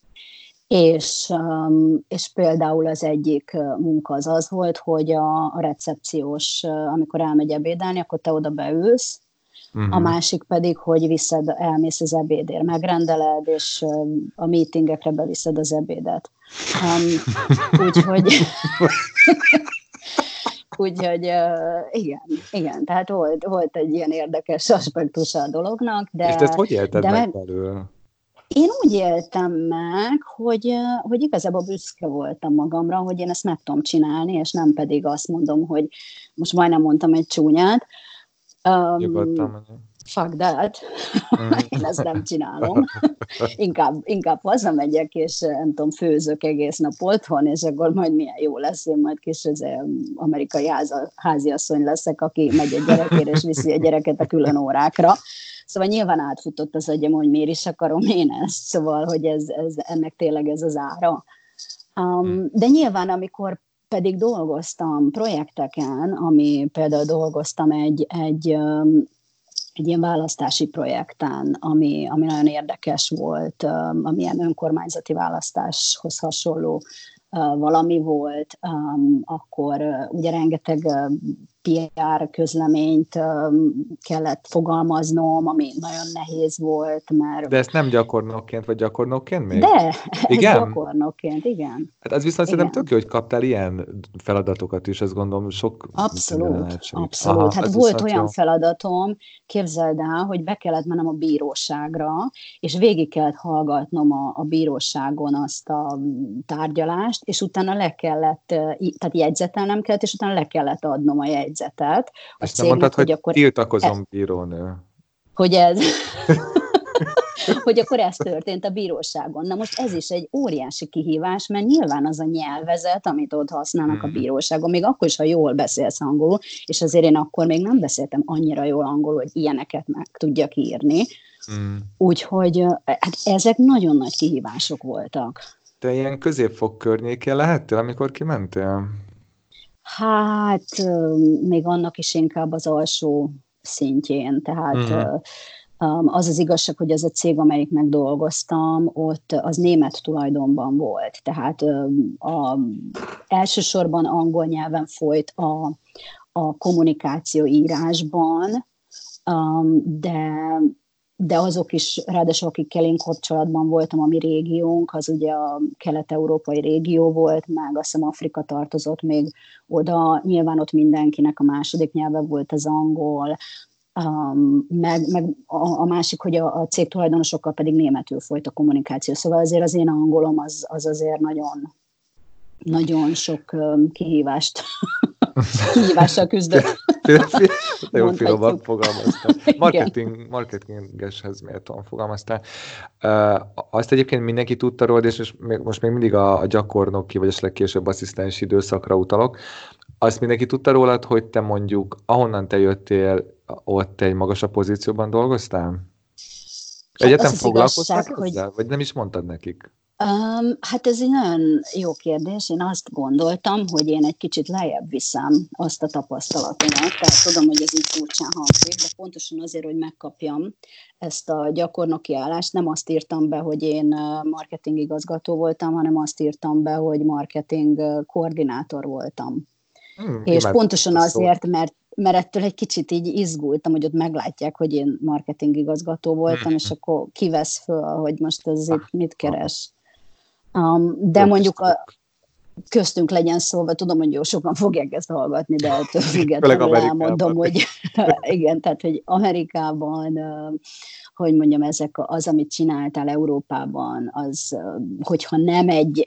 és például az egyik munka az volt, hogy a recepciós, amikor elmegy ebédelni, akkor te oda beülsz, a másik pedig, hogy elmész az ebédért, megrendeled, és a meetingekre beviszed az ebédet. Úgyhogy igen, tehát volt egy ilyen érdekes aspektusa a dolognak. De, és te ezt hogy élted meg belőle? Én úgy éltem meg, hogy igazából büszke voltam magamra, hogy én ezt meg tudom csinálni, és nem pedig azt mondom, hogy most majdnem mondtam egy csúnyát. fuck that, én ezt nem csinálom. Inkább hazamegyek, és nem tudom, főzök egész nap otthon, és akkor majd milyen jó lesz, én majd kis amerikai háziasszony leszek, aki megy a gyerekére, és viszi a gyereket a külön órákra. Szóval nyilván átfutott az agyam, hogy miért is akarom én ezt, szóval, hogy ennek tényleg ez az ára. De nyilván, amikor pedig dolgoztam projekteken, ami például dolgoztam egy ilyen választási projekten, ami nagyon érdekes volt, amilyen önkormányzati választáshoz hasonló valami volt, akkor ugye rengeteg PR közleményt kellett fogalmaznom, ami nagyon nehéz volt, mert... De ezt nem gyakornokként, vagy gyakornokként még? De, igen? Gyakornokként, igen. Hát az viszont szerintem tök jó, hogy kaptál ilyen feladatokat is, azt gondolom sok... Abszolút. Aha, hát volt olyan feladatom, képzeld el, hogy be kellett mennem a bíróságra, és végig kellett hallgatnom a bíróságon azt a tárgyalást, és utána le kellett, tehát jegyzetelnem kellett, és utána le kellett adnom a jegyzetet. És nem mondtad, hogy akkor tiltakozom bírónő. Hogy ez... hogy akkor ez történt a bíróságon. Na most ez is egy óriási kihívás, mert nyilván az a nyelvezet, amit ott használnak a bíróságon, még akkor is, ha jól beszélsz angolul, és azért én akkor még nem beszéltem annyira jól angolul, hogy ilyeneket meg tudjak írni. Úgyhogy hát ezek nagyon nagy kihívások voltak. Te ilyen középfok környékén lehettél, amikor kimentél? Hát még annak is inkább az alsó szintjén, tehát az igazság, hogy ez a cég, amelyiknek dolgoztam, ott az német tulajdonban volt, tehát elsősorban angol nyelven folyt a kommunikáció írásban, de azok is, ráadásul akikkel én kapcsolatban voltam, a mi régiónk, az ugye a kelet-európai régió volt, meg azt hiszem Afrika tartozott még oda, nyilván ott mindenkinek a második nyelve volt az angol, meg a másik, hogy a cég tulajdonosokkal pedig németül folyt a kommunikáció. Szóval azért az én angolom az azért nagyon, nagyon sok kihívással küzdött. Jó finoman fogalmaztál. Marketingeshez méltóan fogalmaztál. Azt egyébként mindenki tudta rólad, és most még mindig a gyakornoki, vagy esetleg később asszisztensi időszakra utalok. Azt mindenki tudta rólad, hogy te mondjuk, ahonnan te jöttél, ott egy magasabb pozícióban dolgoztál? Egyetem foglalkoztak ezzel? Vagy nem is mondtad nekik? Hát ez egy nagyon jó kérdés. Én azt gondoltam, hogy én egy kicsit lejjebb viszem azt a tapasztalatomat. Tehát tudom, hogy ez így furcsán hangzik, de pontosan azért, hogy megkapjam ezt a gyakornoki állást, nem azt írtam be, hogy én marketing igazgató voltam, hanem azt írtam be, hogy marketing koordinátor voltam. És pontosan azért, mert ettől egy kicsit így izgultam, hogy ott meglátják, hogy én marketing igazgató voltam, és akkor kivesz föl, hogy most ez itt mit keres. De mondjuk köztünk legyen szólva, tudom, hogy jó, sokan fogják ezt hallgatni, de ettől függetlenül elmondom, hogy igen, tehát, hogy Amerikában, hogy mondjam, az, amit csináltál Európában, az, hogyha nem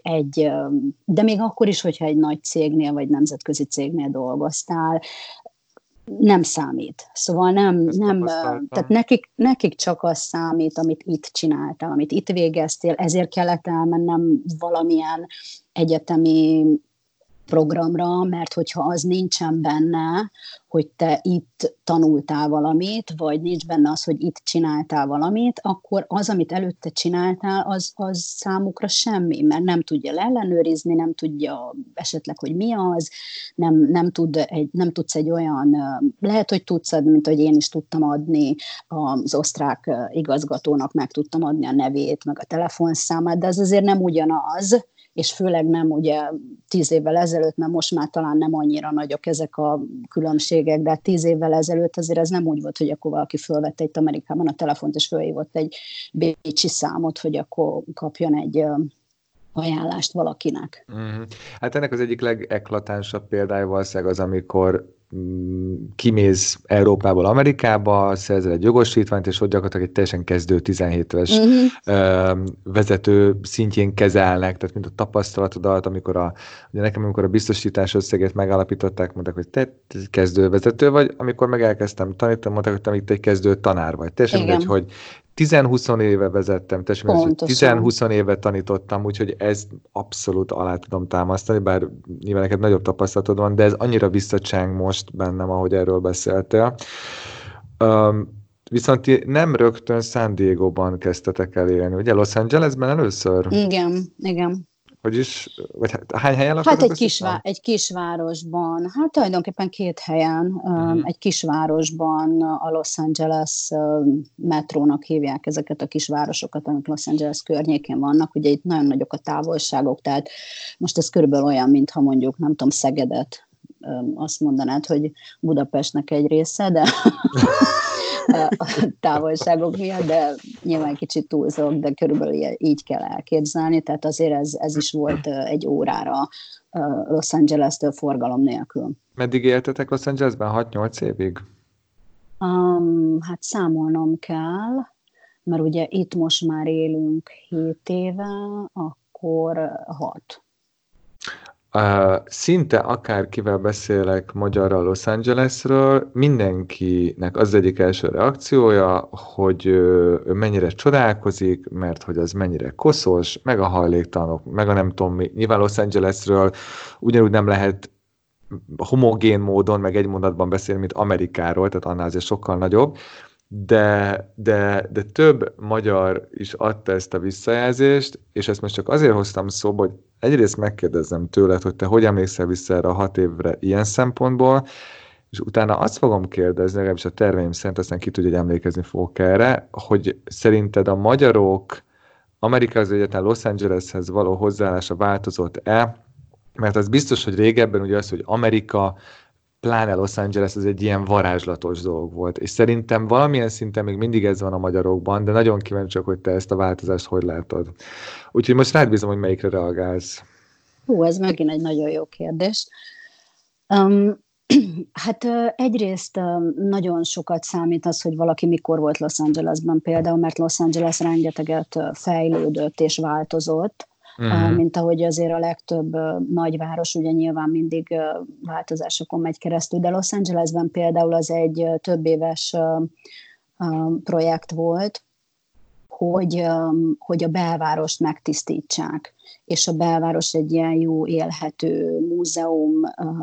de még akkor is, hogyha egy nagy cégnél, vagy nemzetközi cégnél dolgoztál, nem számít. Szóval nem tehát nekik csak az számít, amit itt csináltál, amit itt végeztél, ezért kellett elmennem valamilyen egyetemi programra, mert hogyha az nincsen benne, hogy te itt tanultál valamit, vagy nincs benne az, hogy itt csináltál valamit, akkor az, amit előtte csináltál, az számukra semmi, mert nem tudja leellenőrizni, nem tudja esetleg, hogy mi az, nem tudsz egy olyan, lehet, hogy tudsz adni, mint hogy én is tudtam adni az osztrák igazgatónak, meg tudtam adni a nevét, meg a telefonszámát, de ez azért nem ugyanaz, és főleg nem ugye 10 évvel ezelőtt, mert most már talán nem annyira nagyok ezek a különbségek, de 10 évvel ezelőtt azért ez nem úgy volt, hogy akkor valaki fölvette itt Amerikában a telefont, és fölhívott egy bécsi számot, hogy akkor kapjon egy ajánlást valakinek. Hát ennek az egyik legeklatánsabb példája valószínűleg az, amikor kimész Európából Amerikába, szerzel egy jogosítványt, és ott gyakorlatilag egy teljesen kezdő 17 éves vezető szintjén kezelnek, tehát mint a tapasztalatodat, ugye nekem, amikor a biztosítás összegét megállapították, mondták, hogy te kezdő vezető vagy, amikor meg elkezdtem tanítani, mondták, hogy te még egy kezdő tanár vagy. Teljesen mindegy, hogy 10-20 éve vezettem, teljesen 10-20 éve tanítottam, úgyhogy ezt abszolút alá tudom támasztani, bár nyilván neked nagyobb tapasztalatod van, de ez annyira visszacseng most bennem, ahogy erről beszéltél. Viszont ti nem rögtön San Diego-ban kezdtetek el élni, ugye? Los Angelesben először? Igen. Vagy hány helyen lakadok? Hát egy kisvárosban, hát tulajdonképpen 2 helyen, egy kisvárosban a Los Angeles metrónak hívják ezeket a kisvárosokat, amik Los Angeles környékén vannak, ugye itt nagyon nagyok a távolságok, tehát most ez körülbelül olyan, mintha mondjuk, nem tudom, Szegedet azt mondanád, hogy Budapestnek egy része, de a távolságok miatt, de nyilván kicsit túlzok, de körülbelül így kell elképzelni, tehát azért ez is volt egy órára Los Angeles-től forgalom nélkül. Meddig éltetek Los Angelesben? 6-8 évig? Hát számolnom kell, mert ugye itt most már élünk 7 éve, akkor 6. Szinte akárkivel beszélek magyarral Los Angelesről, mindenkinek az egyik első reakciója, hogy ő mennyire csodálkozik, mert hogy az mennyire koszos, meg a hajléktalanok, meg a nem tudom mi. Nyilván Los Angelesről ugyanúgy nem lehet homogén módon, meg egy mondatban beszélni, mint Amerikáról, tehát annál azért sokkal nagyobb, de több magyar is adta ezt a visszajelzést, és ezt most csak azért hoztam szóba, hogy egyrészt megkérdezzem tőled, hogy te hogy emlékszel vissza erre a 6 évre ilyen szempontból, és utána azt fogom kérdezni, legalábbis a terveim szerint, aztán ki tudja, hogy emlékezni fogok erre, hogy szerinted a magyarok Amerikához, egyáltalán Los Angeleshez való hozzáállása változott-e? Mert az biztos, hogy régebben ugye az, hogy Amerika, pláne Los Angeles, az egy ilyen varázslatos dolog volt. És szerintem valamilyen szinten még mindig ez van a magyarokban, de nagyon kíváncsiak, hogy te ezt a változást hogy látod. Úgyhogy most rád bízom, hogy melyikre reagálsz. Ez megint egy nagyon jó kérdés. Hát egyrészt nagyon sokat számít az, hogy valaki mikor volt Los Angelesben például, mert Los Angeles rengeteget fejlődött és változott, mint ahogy azért a legtöbb nagyváros ugye nyilván mindig változásokon megy keresztül, de Los Angelesben például az egy több éves projekt volt, hogy a belvárost megtisztítsák, és a belváros egy ilyen jó élhető múzeum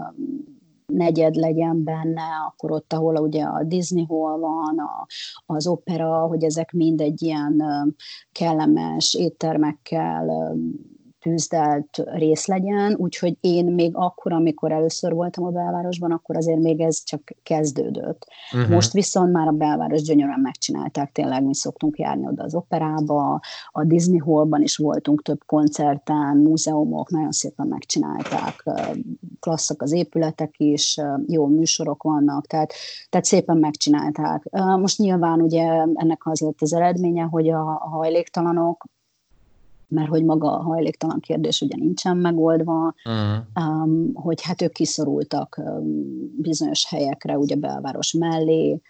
negyed legyen benne, akkor ott, ahol ugye a Disney Hall van, az opera, hogy ezek mind egy ilyen kellemes éttermekkel tűzdelt rész legyen, úgyhogy én még akkor, amikor először voltam a belvárosban, akkor azért még ez csak kezdődött. Most viszont már a belváros gyönyörűen megcsinálták, tényleg mi szoktunk járni oda az operába, a Disney Hallban is voltunk több koncerten, múzeumok, nagyon szépen megcsinálták, klasszak az épületek is, jó műsorok vannak, tehát szépen megcsinálták. Most nyilván ugye ennek az lett az eredménye, hogy a hajléktalanok, mert hogy maga a hajléktalan kérdés ugye nincsen megoldva, hogy hát ők kiszorultak bizonyos helyekre, ugye belváros mellé.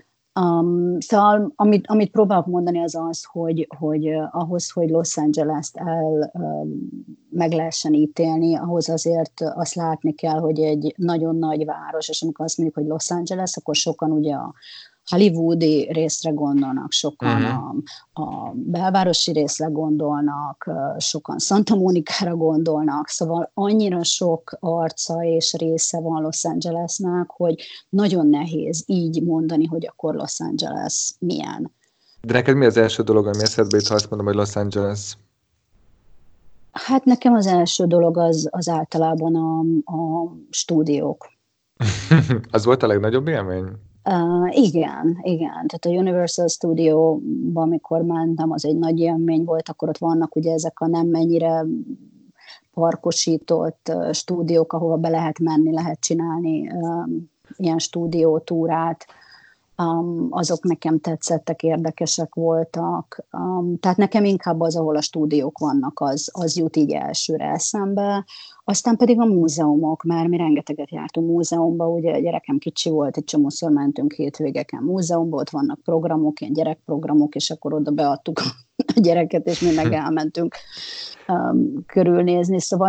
Szóval amit próbálok mondani az, hogy ahhoz, hogy Los Angeles-t meg lehessen ítélni, ahhoz azért azt látni kell, hogy egy nagyon nagy város, és amikor azt mondjuk, hogy Los Angeles, akkor sokan ugye a hollywoodi részre gondolnak, sokan a belvárosi részre gondolnak, sokan Santa Monicára gondolnak, szóval annyira sok arca és része van Los Angelesnek, hogy nagyon nehéz így mondani, hogy akkor Los Angeles milyen. De neked mi az első dolog, ami eszedbe jut, ha azt mondom, hogy Los Angeles? Hát nekem az első dolog az általában a stúdiók. Az volt a legnagyobb élmény? Igen. Tehát a Universal Studio-ban, amikor mentem, az egy nagy élmény volt, akkor ott vannak ugye ezek a nem mennyire parkosított stúdiók, ahova be lehet menni, lehet csinálni ilyen stúdiótúrát. Azok nekem tetszettek, érdekesek voltak. Tehát nekem inkább az, ahol a stúdiók vannak, az jut így elsőre eszembe. Aztán pedig a múzeumok, már mi rengeteget jártunk múzeumba, ugye a gyerekem kicsi volt, egy csomószor mentünk hétvégeken múzeumba, ott vannak programok, ilyen gyerekprogramok, és akkor oda beadtuk a gyereket, és mi meg elmentünk körülnézni, szóval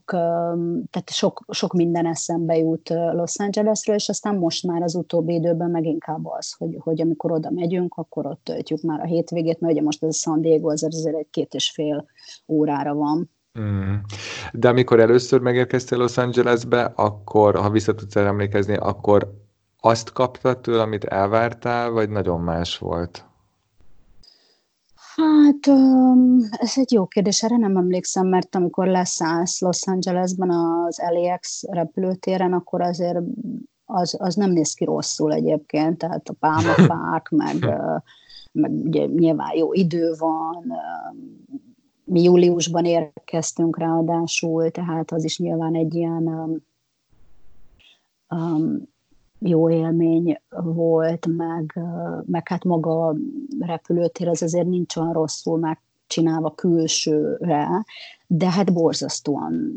sok minden eszembe jut Los Angelesről, és aztán most már az utóbbi időben meg inkább az, hogy amikor oda megyünk, akkor ott töltjük már a hétvégét, mert ugye most ez a San Diego azért egy 2,5 órára van. De amikor először megérkeztél Los Angelesbe, akkor, ha vissza tudsz emlékezni, akkor azt kaptad tőle, amit elvártál, vagy nagyon más volt? Hát, ez egy jó kérdés, erre nem emlékszem, mert amikor leszállsz Los Angelesben az LAX repülőtéren, akkor azért az nem néz ki rosszul egyébként, tehát a pálmafák, meg ugye nyilván jó idő van, mi júliusban érkeztünk ráadásul, tehát az is nyilván egy ilyen jó élmény volt, meg hát maga a repülőtér az azért nincs olyan rosszul megcsinálva külsőre, de hát borzasztóan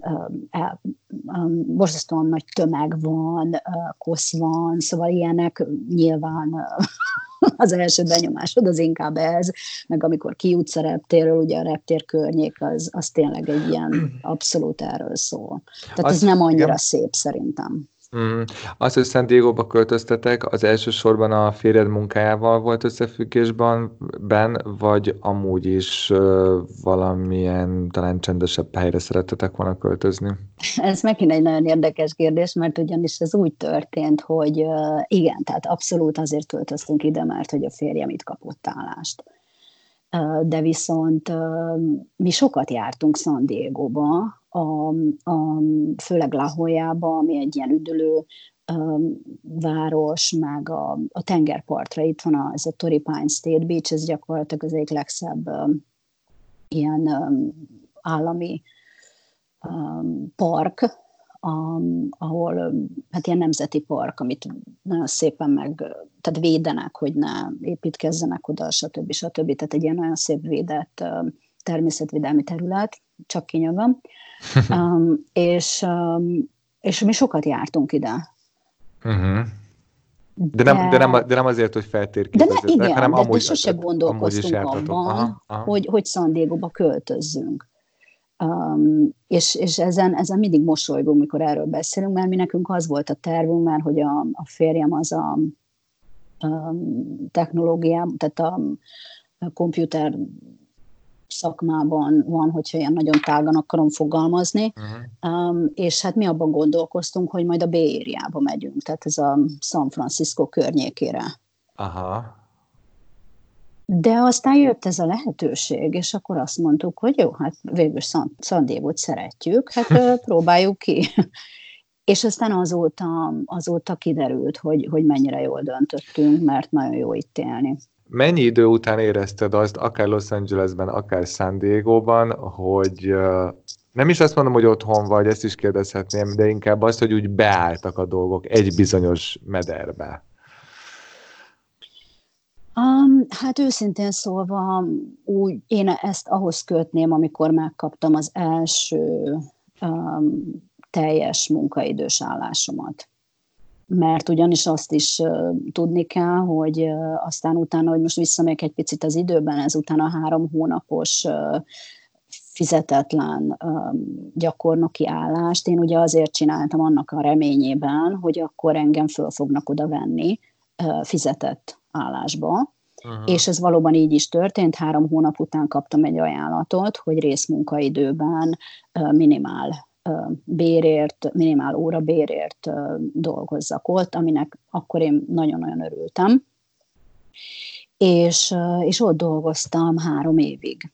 nagy tömeg van, kosz van, szóval ilyenek nyilván az első benyomásod az inkább ez, meg amikor kijutsz a reptérről, ugye a reptér környék az tényleg egy ilyen abszolút erről szól. Tehát ez nem annyira szép szerintem. Az, hogy San Diegóba költöztetek, az elsősorban a férjed munkájával volt összefüggésben, vagy amúgy is valamilyen talán csendesebb helyre szerettetek volna költözni? Ez megint egy nagyon érdekes kérdés, mert ugyanis ez úgy történt, hogy igen, tehát abszolút azért költöztünk ide, mert hogy a férjem itt kapott állást. De viszont mi sokat jártunk San Diegóba, főleg La Jolla-ba, ami egy ilyen üdülő város, meg a tengerpartra itt van ez a Torrey Pines State Beach, ez gyakorlatilag az egyik legszebb ilyen állami park, ahol hát ilyen nemzeti park, amit nagyon szépen tehát védenek, hogy ne építkezzenek oda, stb. Tehát egy ilyen nagyon szép védett természetvédelmi terület, csak kinyagam. És mi sokat jártunk ide. De nem azért, hogy feltérképezzétek, hanem amúgy sose gondolkoztunk abban, hogy San Diegóba költözzünk. És ezen mindig mosolygunk, mikor erről beszélünk, mert mi nekünk az volt a tervünk, mert hogy a férjem az a technológiában, tehát a komputer szakmában van, hogyha ilyen nagyon tágan akarom fogalmazni, és hát mi abban gondolkoztunk, hogy majd a Bay Area-ba megyünk, tehát ez a San Francisco környékére. Aha. De aztán jött ez a lehetőség, és akkor azt mondtuk, hogy jó, hát végül San Diegót szeretjük, hát próbáljuk ki. És aztán azóta kiderült, hogy mennyire jól döntöttünk, mert nagyon jó itt élni. Mennyi idő után érezted azt, akár Los Angelesben, akár San Diegóban, hogy nem is azt mondom, hogy otthon vagy, ezt is kérdezhetném, de inkább azt, hogy úgy beálltak a dolgok egy bizonyos mederbe? Hát őszintén szólva, én ezt ahhoz kötném, amikor megkaptam az első teljes munkaidős állásomat. Mert ugyanis azt is tudni kell, hogy aztán utána, hogy most visszamegyek egy picit az időben, ezután a 3 hónapos fizetetlen gyakornoki állást, én ugye azért csináltam annak a reményében, hogy akkor engem föl fognak oda venni fizetett állásba, és ez valóban így is történt. 3 hónap után kaptam egy ajánlatot, hogy részmunkaidőben minimál órabérért dolgozzak ott, aminek akkor én nagyon-nagyon örültem. És ott dolgoztam 3 évig.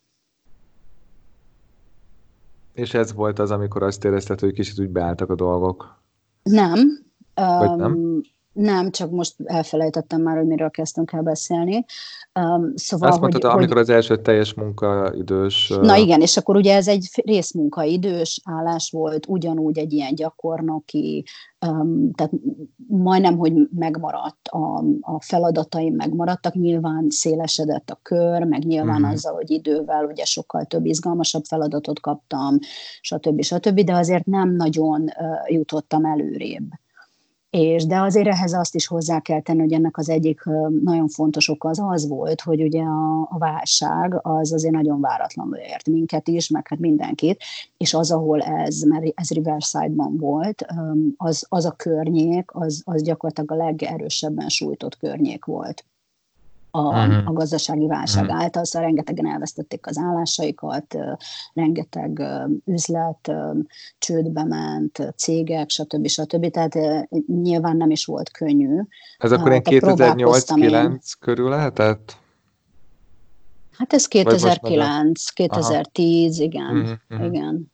És ez volt az, amikor azt érezted, hogy kicsit úgy beálltak a dolgok? Nem. Vagy nem? Nem, csak most elfelejtettem már, hogy miről kezdtünk el beszélni. Szóval, Azt mondtad, amikor az első teljes munkaidős... Na igen, és akkor ugye ez egy részmunkaidős állás volt, ugyanúgy egy ilyen gyakornoki, tehát majdnem, hogy megmaradt a feladataim, megmaradtak, nyilván szélesedett a kör, meg nyilván azzal, hogy idővel ugye sokkal több izgalmasabb feladatot kaptam, stb. De azért nem nagyon jutottam előrébb. De azért ehhez azt is hozzá kell tenni, hogy ennek az egyik nagyon fontos oka az volt, hogy ugye a válság az azért nagyon váratlanul ért minket is, meg hát mindenkit, és az, ahol mert ez Riverside-ban volt, az a környék, az gyakorlatilag a legerősebben sújtott környék volt a gazdasági válság által, szóval rengetegen elvesztették az állásaikat, rengeteg üzlet csődbe ment, cégek, stb. Tehát nyilván nem is volt könnyű. Ez akkor ilyen 2008-9 körül lehetett? Hát ez 2009, 2010, igen. Igen.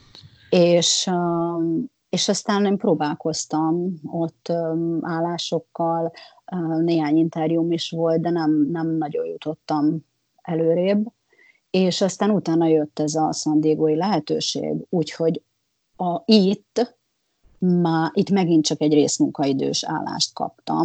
És aztán én próbálkoztam ott állásokkal, néhány interjúm is volt, de nem nagyon jutottam előrébb, és aztán utána jött ez a San Diegói lehetőség, úgyhogy itt megint csak egy részmunkaidős állást kaptam,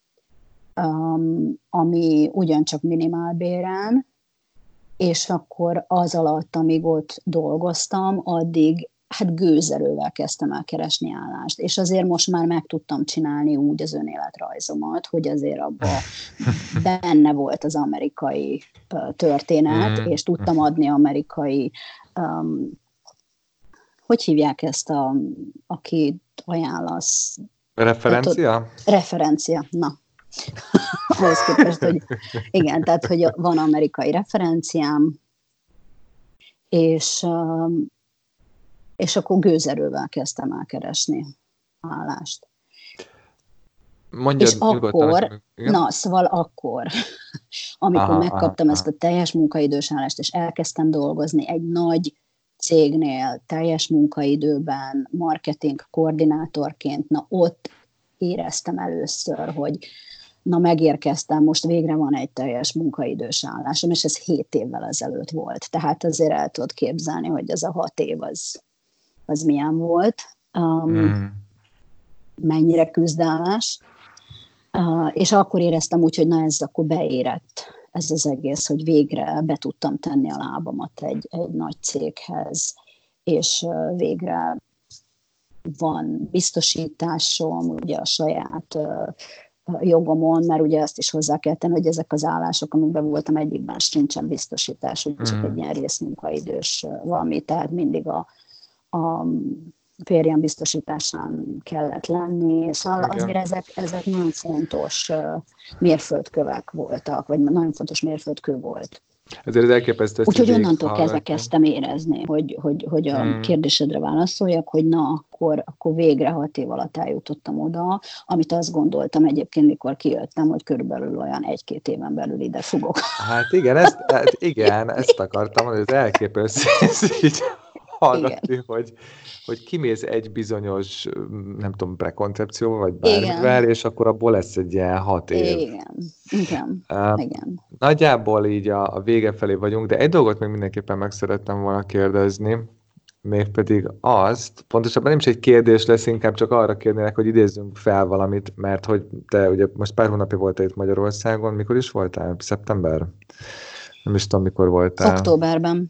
ami ugyancsak minimálbéren, és akkor az alatt, amíg ott dolgoztam, addig hát gőzerővel kezdtem el keresni állást. És azért most már meg tudtam csinálni úgy az önéletrajzomat, hogy azért abban benne volt az amerikai történet, és tudtam adni amerikai, hogy hívják ezt, akit ajánlasz? Referencia? Referencia, na. Ahhoz képest, hogy igen, tehát, hogy van amerikai referenciám, és akkor gőzerővel kezdtem el keresni állást. Mondjad, és akkor, amikor megkaptam ezt a teljes munkaidős állást, és elkezdtem dolgozni egy nagy cégnél, teljes munkaidőben, marketing koordinátorként, ott éreztem először, hogy megérkeztem, most végre van egy teljes munkaidős állásom, és ez 7 évvel ezelőtt volt. Tehát azért el tudod képzelni, hogy ez a 6 év az milyen volt, mennyire küzdelmes, és akkor éreztem úgy, hogy ez akkor beérett ez az egész, hogy végre be tudtam tenni a lábamat egy nagy céghez, és végre van biztosításom, ugye a saját jogomon, mert ugye azt is hozzá kell tenni, hogy ezek az állások, amikben voltam egyikben, sincsen biztosítás, hogy csak egy ilyen részmunkaidős valami, tehát mindig a férjem biztosításán kellett lenni, szóval azért ezek nagyon fontos mérföldkövek voltak, vagy nagyon fontos mérföldkő volt. Ezért ez elképesztő. Úgyhogy onnantól kezdve kezdtem érezni, hogy a kérdésedre válaszoljak, hogy akkor végre 6 év alatt eljutottam oda, amit azt gondoltam egyébként, mikor kijöttem, hogy körülbelül olyan 1-2 éven belül ide fogok. Hát igen, ezt akartam, hogy ez elképesztő így hallgatni, hogy kimész egy bizonyos, nem tudom, prekoncepcióval, vagy bármivel, és akkor abból lesz egy ilyen 6 év. Igen. Nagyjából így a vége felé vagyunk, de egy dolgot még mindenképpen meg szerettem volna kérdezni, mégpedig azt, pontosabban nem is egy kérdés lesz, inkább csak arra kérnélek, hogy idézzünk fel valamit, mert hogy te ugye most pár hónapja voltál itt Magyarországon, mikor is voltál? Szeptember? Nem is tudom, mikor voltál. Októberben.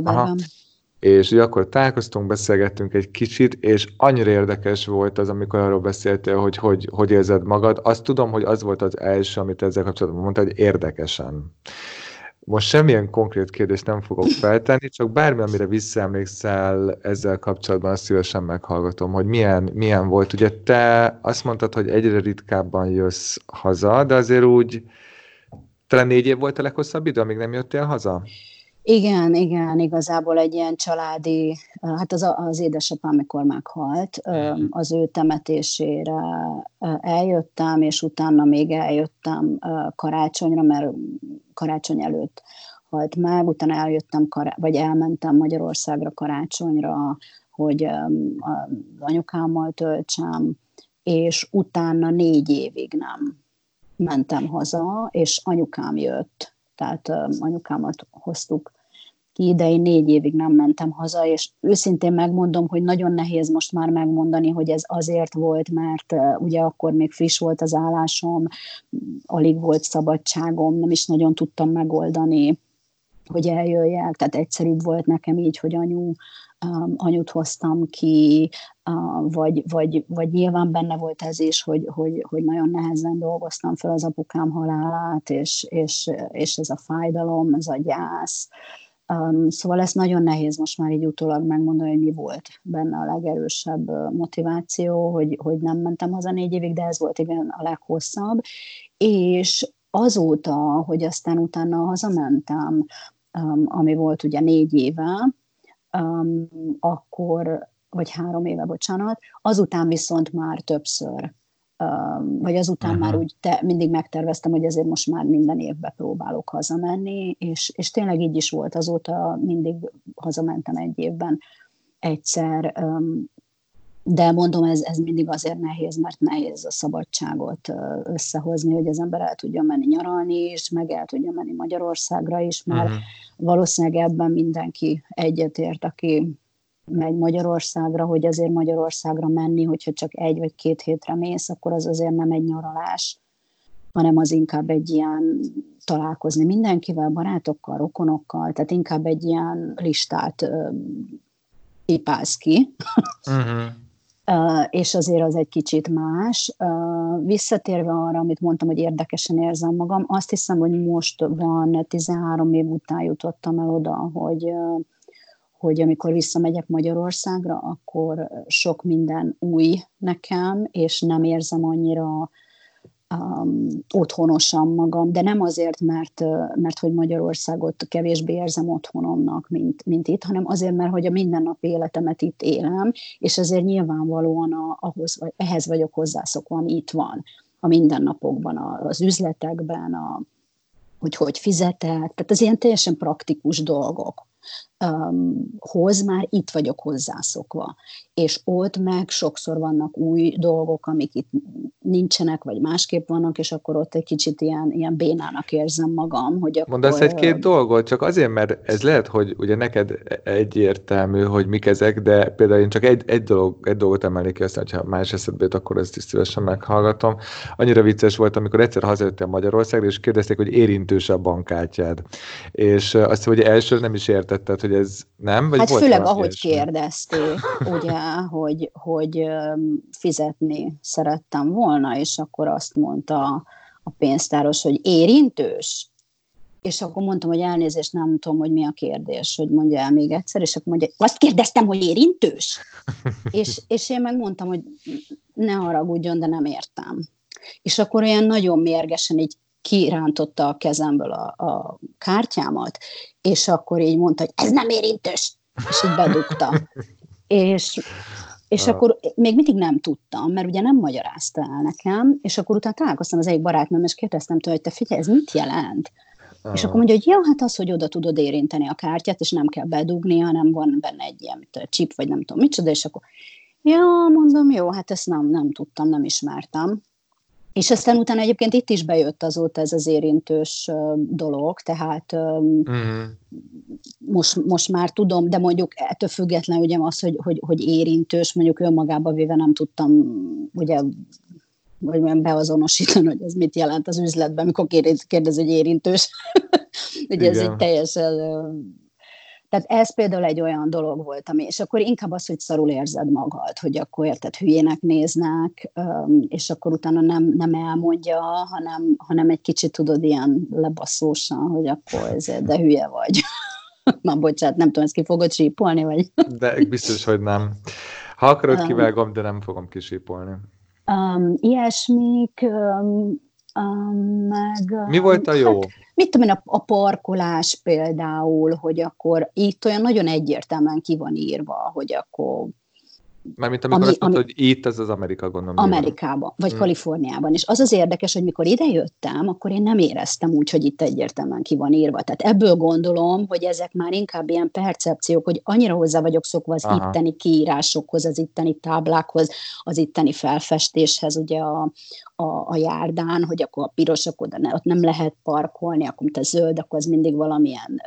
És ugye akkor találkoztunk, beszélgettünk egy kicsit, és annyira érdekes volt az, amikor arról beszéltél, hogy érzed magad. Azt tudom, hogy az volt az első, amit ezzel kapcsolatban mondtál, hogy érdekesen. Most semmilyen konkrét kérdést nem fogok feltenni, csak bármi, amire visszaemlékszel ezzel kapcsolatban, azt szívesen meghallgatom, hogy milyen volt. Ugye te azt mondtad, hogy egyre ritkábban jössz haza, de azért úgy talán 4 év volt a leghosszabb idő, amíg nem jöttél haza? Igen, igazából egy ilyen családi, hát az édesapám, amikor meghalt, az ő temetésére eljöttem, és utána még eljöttem karácsonyra, mert karácsony előtt halt meg, utána elmentem Magyarországra karácsonyra, hogy az anyukámmal töltsem, és utána 4 évig nem mentem haza, és anyukám jött, tehát anyukámat hoztuk ki, de én 4 évig nem mentem haza, és őszintén megmondom, hogy nagyon nehéz most már megmondani, hogy ez azért volt, mert ugye akkor még friss volt az állásom, alig volt szabadságom, nem is nagyon tudtam megoldani, hogy eljöjjek, tehát egyszerűbb volt nekem így, hogy anyut hoztam ki, vagy nyilván benne volt ez is, hogy nagyon nehezen dolgoztam fel az apukám halálát, és ez a fájdalom, ez a gyász. Szóval ez nagyon nehéz most már így utólag megmondani, hogy mi volt benne a legerősebb motiváció, hogy nem mentem haza 4 évig, de ez volt igen a leghosszabb. És azóta, hogy aztán utána hazamentem, ami volt ugye 4 éve, akkor, vagy 3 éve, bocsánat, azután viszont már többször, vagy azután már úgy mindig megterveztem, hogy azért most már minden évben próbálok hazamenni, és tényleg így is volt, azóta mindig hazamentem 1 évben egyszer, de mondom, ez mindig azért nehéz, mert nehéz a szabadságot összehozni, hogy az ember el tudja menni nyaralni is, meg el tudja menni Magyarországra is, mert valószínűleg ebben mindenki egyetért, aki megy Magyarországra, hogy azért Magyarországra menni, hogyha csak 1 vagy 2 hétre mész, akkor az azért nem egy nyaralás, hanem az inkább egy ilyen találkozni mindenkivel, barátokkal, rokonokkal, tehát inkább egy ilyen listát pipálsz ki. És azért az egy kicsit más. Visszatérve arra, amit mondtam, hogy érdekesen érzem magam, azt hiszem, hogy most van 13 év után jutottam el oda, hogy amikor visszamegyek Magyarországra, akkor sok minden új nekem, és nem érzem annyira otthonosan magam, de nem azért, mert hogy Magyarországot kevésbé érzem otthonomnak, mint itt, hanem azért, mert hogy a mindennapi életemet itt élem, és azért nyilvánvalóan ehhez vagyok hozzászokva, ami itt van a mindennapokban, az üzletekben, hogy fizetek, tehát az ilyen teljesen praktikus dolgok. Hoz már itt vagyok hozzászokva. És ott meg sokszor vannak új dolgok, amik itt nincsenek, vagy másképp vannak, és akkor ott egy kicsit ilyen bénának érzem magam, hogy akkor... Mondasz egy-két dolgot, csak azért, mert ez lehet, hogy ugye neked egyértelmű, hogy mik ezek, de például én csak egy dolgot emelnék ki, aztán, ha más eszedbe jut, akkor ezt is szívesen meghallgatom. Annyira vicces volt, amikor egyszer hazajöttél Magyarországra, és kérdezték, hogy érintős a bankkártyád. És azt hiszem, hogy elsőre nem is értetted, hogy ez nem? Vagy hát volt főleg ahogy ilyesmi? kérdezték, ugye, hogy fizetni szerettem volna, és akkor azt mondta a pénztáros, hogy érintős. És akkor mondtam, hogy elnézést, nem tudom, hogy mi a kérdés, hogy mondja el még egyszer, és akkor mondja, azt kérdeztem, hogy érintős? és én megmondtam, hogy ne haragudjon, de nem értem. És akkor olyan nagyon mérgesen így kirántotta a kezemből a kártyámat, és akkor így mondta, hogy ez nem érintős, és így bedugta. És akkor még mindig nem tudtam, mert ugye nem magyarázta el nekem, és akkor utána találkoztam az egyik barátnőm, és kérdeztem tőle, hogy te figyelj, ez mit jelent? És akkor mondja, hogy jó, hát az, hogy oda tudod érinteni a kártyát, és nem kell bedugni, hanem van benne egy ilyen chip, vagy nem tudom micsoda, és akkor mondom, jó, hát ezt nem tudtam, nem ismertem. És aztán utána egyébként itt is bejött azóta ez az érintős dolog, tehát most már tudom, de mondjuk ettől függetlenül ugye az, hogy érintős, mondjuk önmagába véve nem tudtam ugye vagy beazonosítani, hogy ez mit jelent az üzletben, amikor kérdez, hogy érintős. Ugye ez egy teljesen... Tehát ez például egy olyan dolog volt, és akkor inkább az, hogy szarul érzed magad, hogy akkor érted, hülyének néznek, és akkor utána nem elmondja, hanem egy kicsit tudod ilyen lebasszósan, hogy akkor ezért, de hülye vagy. Na bocsánat, nem tudom, ezt ki fogod sípolni, vagy? De biztos, hogy nem. Ha akarod, kivágom, de nem fogom kisípolni. Ilyesmik... meg... Mi volt a jó? Hát, mit tudom én, a parkolás például, hogy akkor itt olyan nagyon egyértelműen ki van írva, hogy akkor Mármint amikor azt mondta, hogy itt az Amerika, gondolom. Amerikában, vagy Kaliforniában. És az érdekes, hogy mikor idejöttem, akkor én nem éreztem úgy, hogy itt egyértelműen ki van írva. Tehát ebből gondolom, hogy ezek már inkább ilyen percepciók, hogy annyira hozzá vagyok szokva az itteni kiírásokhoz, az itteni táblákhoz, az itteni felfestéshez, ugye a járdán, hogy akkor a piros, akkor ott nem lehet parkolni, akkor mint a zöld, akkor az mindig valamilyen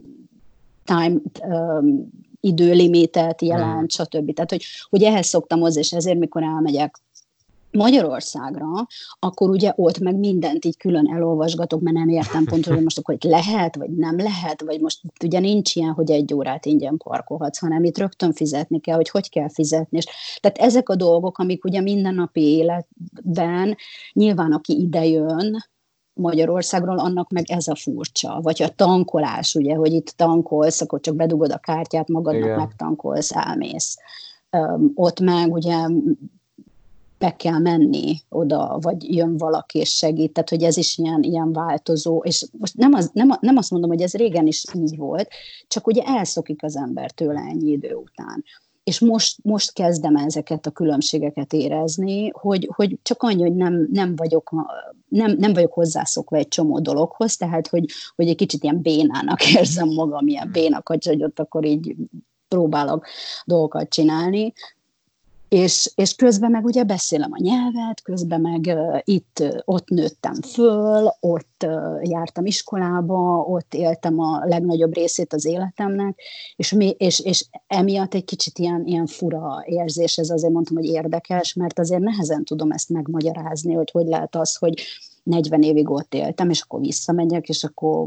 időlimitet jelent, stb. Tehát, hogy ehhez szoktam hozzá, és ezért, mikor elmegyek Magyarországra, akkor ugye ott meg mindent így külön elolvasgatok, mert nem értem pontosan, hogy most akkor itt lehet, vagy nem lehet, vagy most ugye nincs ilyen, hogy 1 órát ingyen parkolhatsz, hanem itt rögtön fizetni kell, hogy kell fizetni. És tehát ezek a dolgok, amik ugye mindennapi életben, nyilván aki idejön Magyarországról, annak meg ez a furcsa. Vagy a tankolás, ugye, hogy itt tankolsz, akkor csak bedugod a kártyát, magadnak megtankolsz, elmész. Ott meg ugye be kell menni oda, vagy jön valaki és segít, tehát hogy ez is ilyen változó, és most nem azt mondom, hogy ez régen is így volt, csak ugye elszokik az ember tőle ennyi idő után. És most kezdem ezeket a különbségeket érezni, hogy csak annyi, hogy nem vagyok hozzászokva egy csomó dologhoz, tehát hogy egy kicsit ilyen bénának érzem magam, ilyen bénakat, hogy ott akkor így próbálok dolgokat csinálni, és közben meg ugye beszélem a nyelvet, közben meg ott nőttem föl, ott jártam iskolába, ott éltem a legnagyobb részét az életemnek, és emiatt egy kicsit ilyen fura érzés, ez azért mondtam, hogy érdekes, mert azért nehezen tudom ezt megmagyarázni, hogy lehet az, hogy 40 évig ott éltem, és akkor visszamegyek, és akkor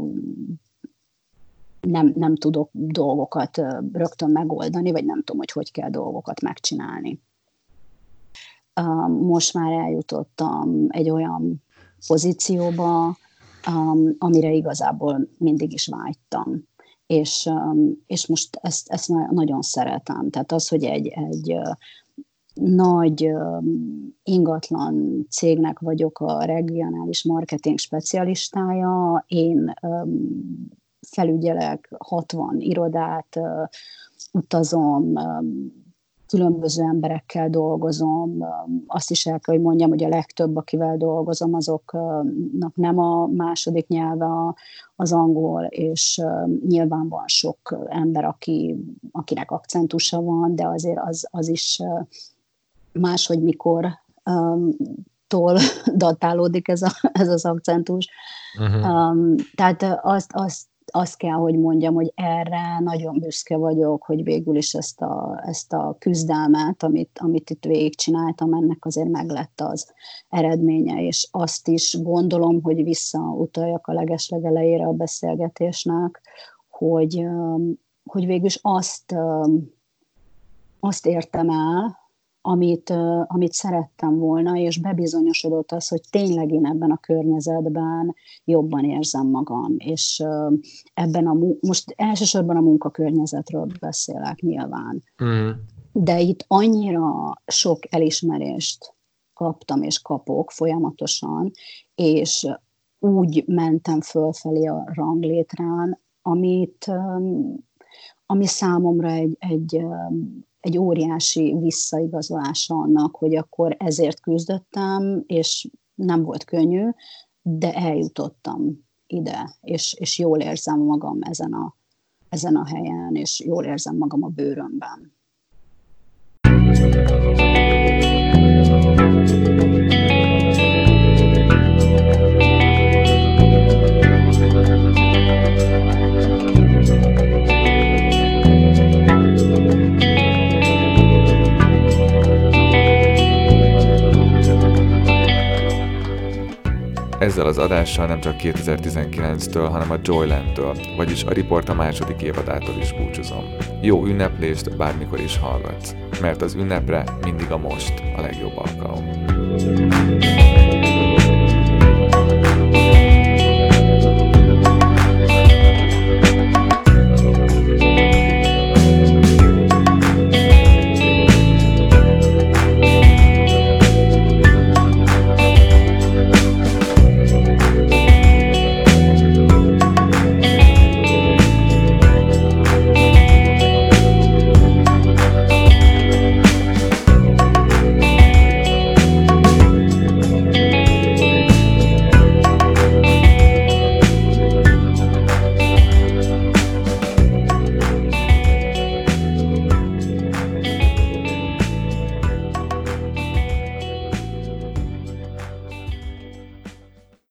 nem tudok dolgokat rögtön megoldani, vagy nem tudom, hogy kell dolgokat megcsinálni. Most már eljutottam egy olyan pozícióba, amire igazából mindig is vágytam. És most ezt nagyon szeretem. Tehát az, hogy egy nagy ingatlan cégnek vagyok a regionális marketing specialistája, én felügyelek 60 irodát, utazom, különböző emberekkel dolgozom, azt is el kell, hogy mondjam, hogy a legtöbb, akivel dolgozom, azoknak nem a második nyelve az angol, és nyilván van sok ember, akinek akcentusa van, de azért az is máshogy mikor datálódik ez az akcentus. Tehát azt kell, hogy mondjam, hogy erre nagyon büszke vagyok, hogy végül is ezt a küzdelmet, amit itt végigcsináltam, ennek azért meglett az eredménye, és azt is gondolom, hogy visszautaljak a legeslegelejére a beszélgetésnek, hogy végül is azt értem el, amit szerettem volna, és bebizonyosodott az, hogy tényleg én ebben a környezetben jobban érzem magam, és ebben most elsősorban a munkakörnyezetről beszélek nyilván. De itt annyira sok elismerést kaptam és kapok folyamatosan, és úgy mentem fölfelé a ranglétrán, ami számomra egy óriási visszaigazolása annak, hogy akkor ezért küzdöttem, és nem volt könnyű, de eljutottam ide, és jól érzem magam ezen a helyen, és jól érzem magam a bőrömben. Ezzel az adással nem csak 2019-től, hanem a Joyland-től, vagyis a Report a második évadától is búcsúzom. Jó ünneplést bármikor is hallgatsz, mert az ünnepre mindig a most a legjobb alkalom.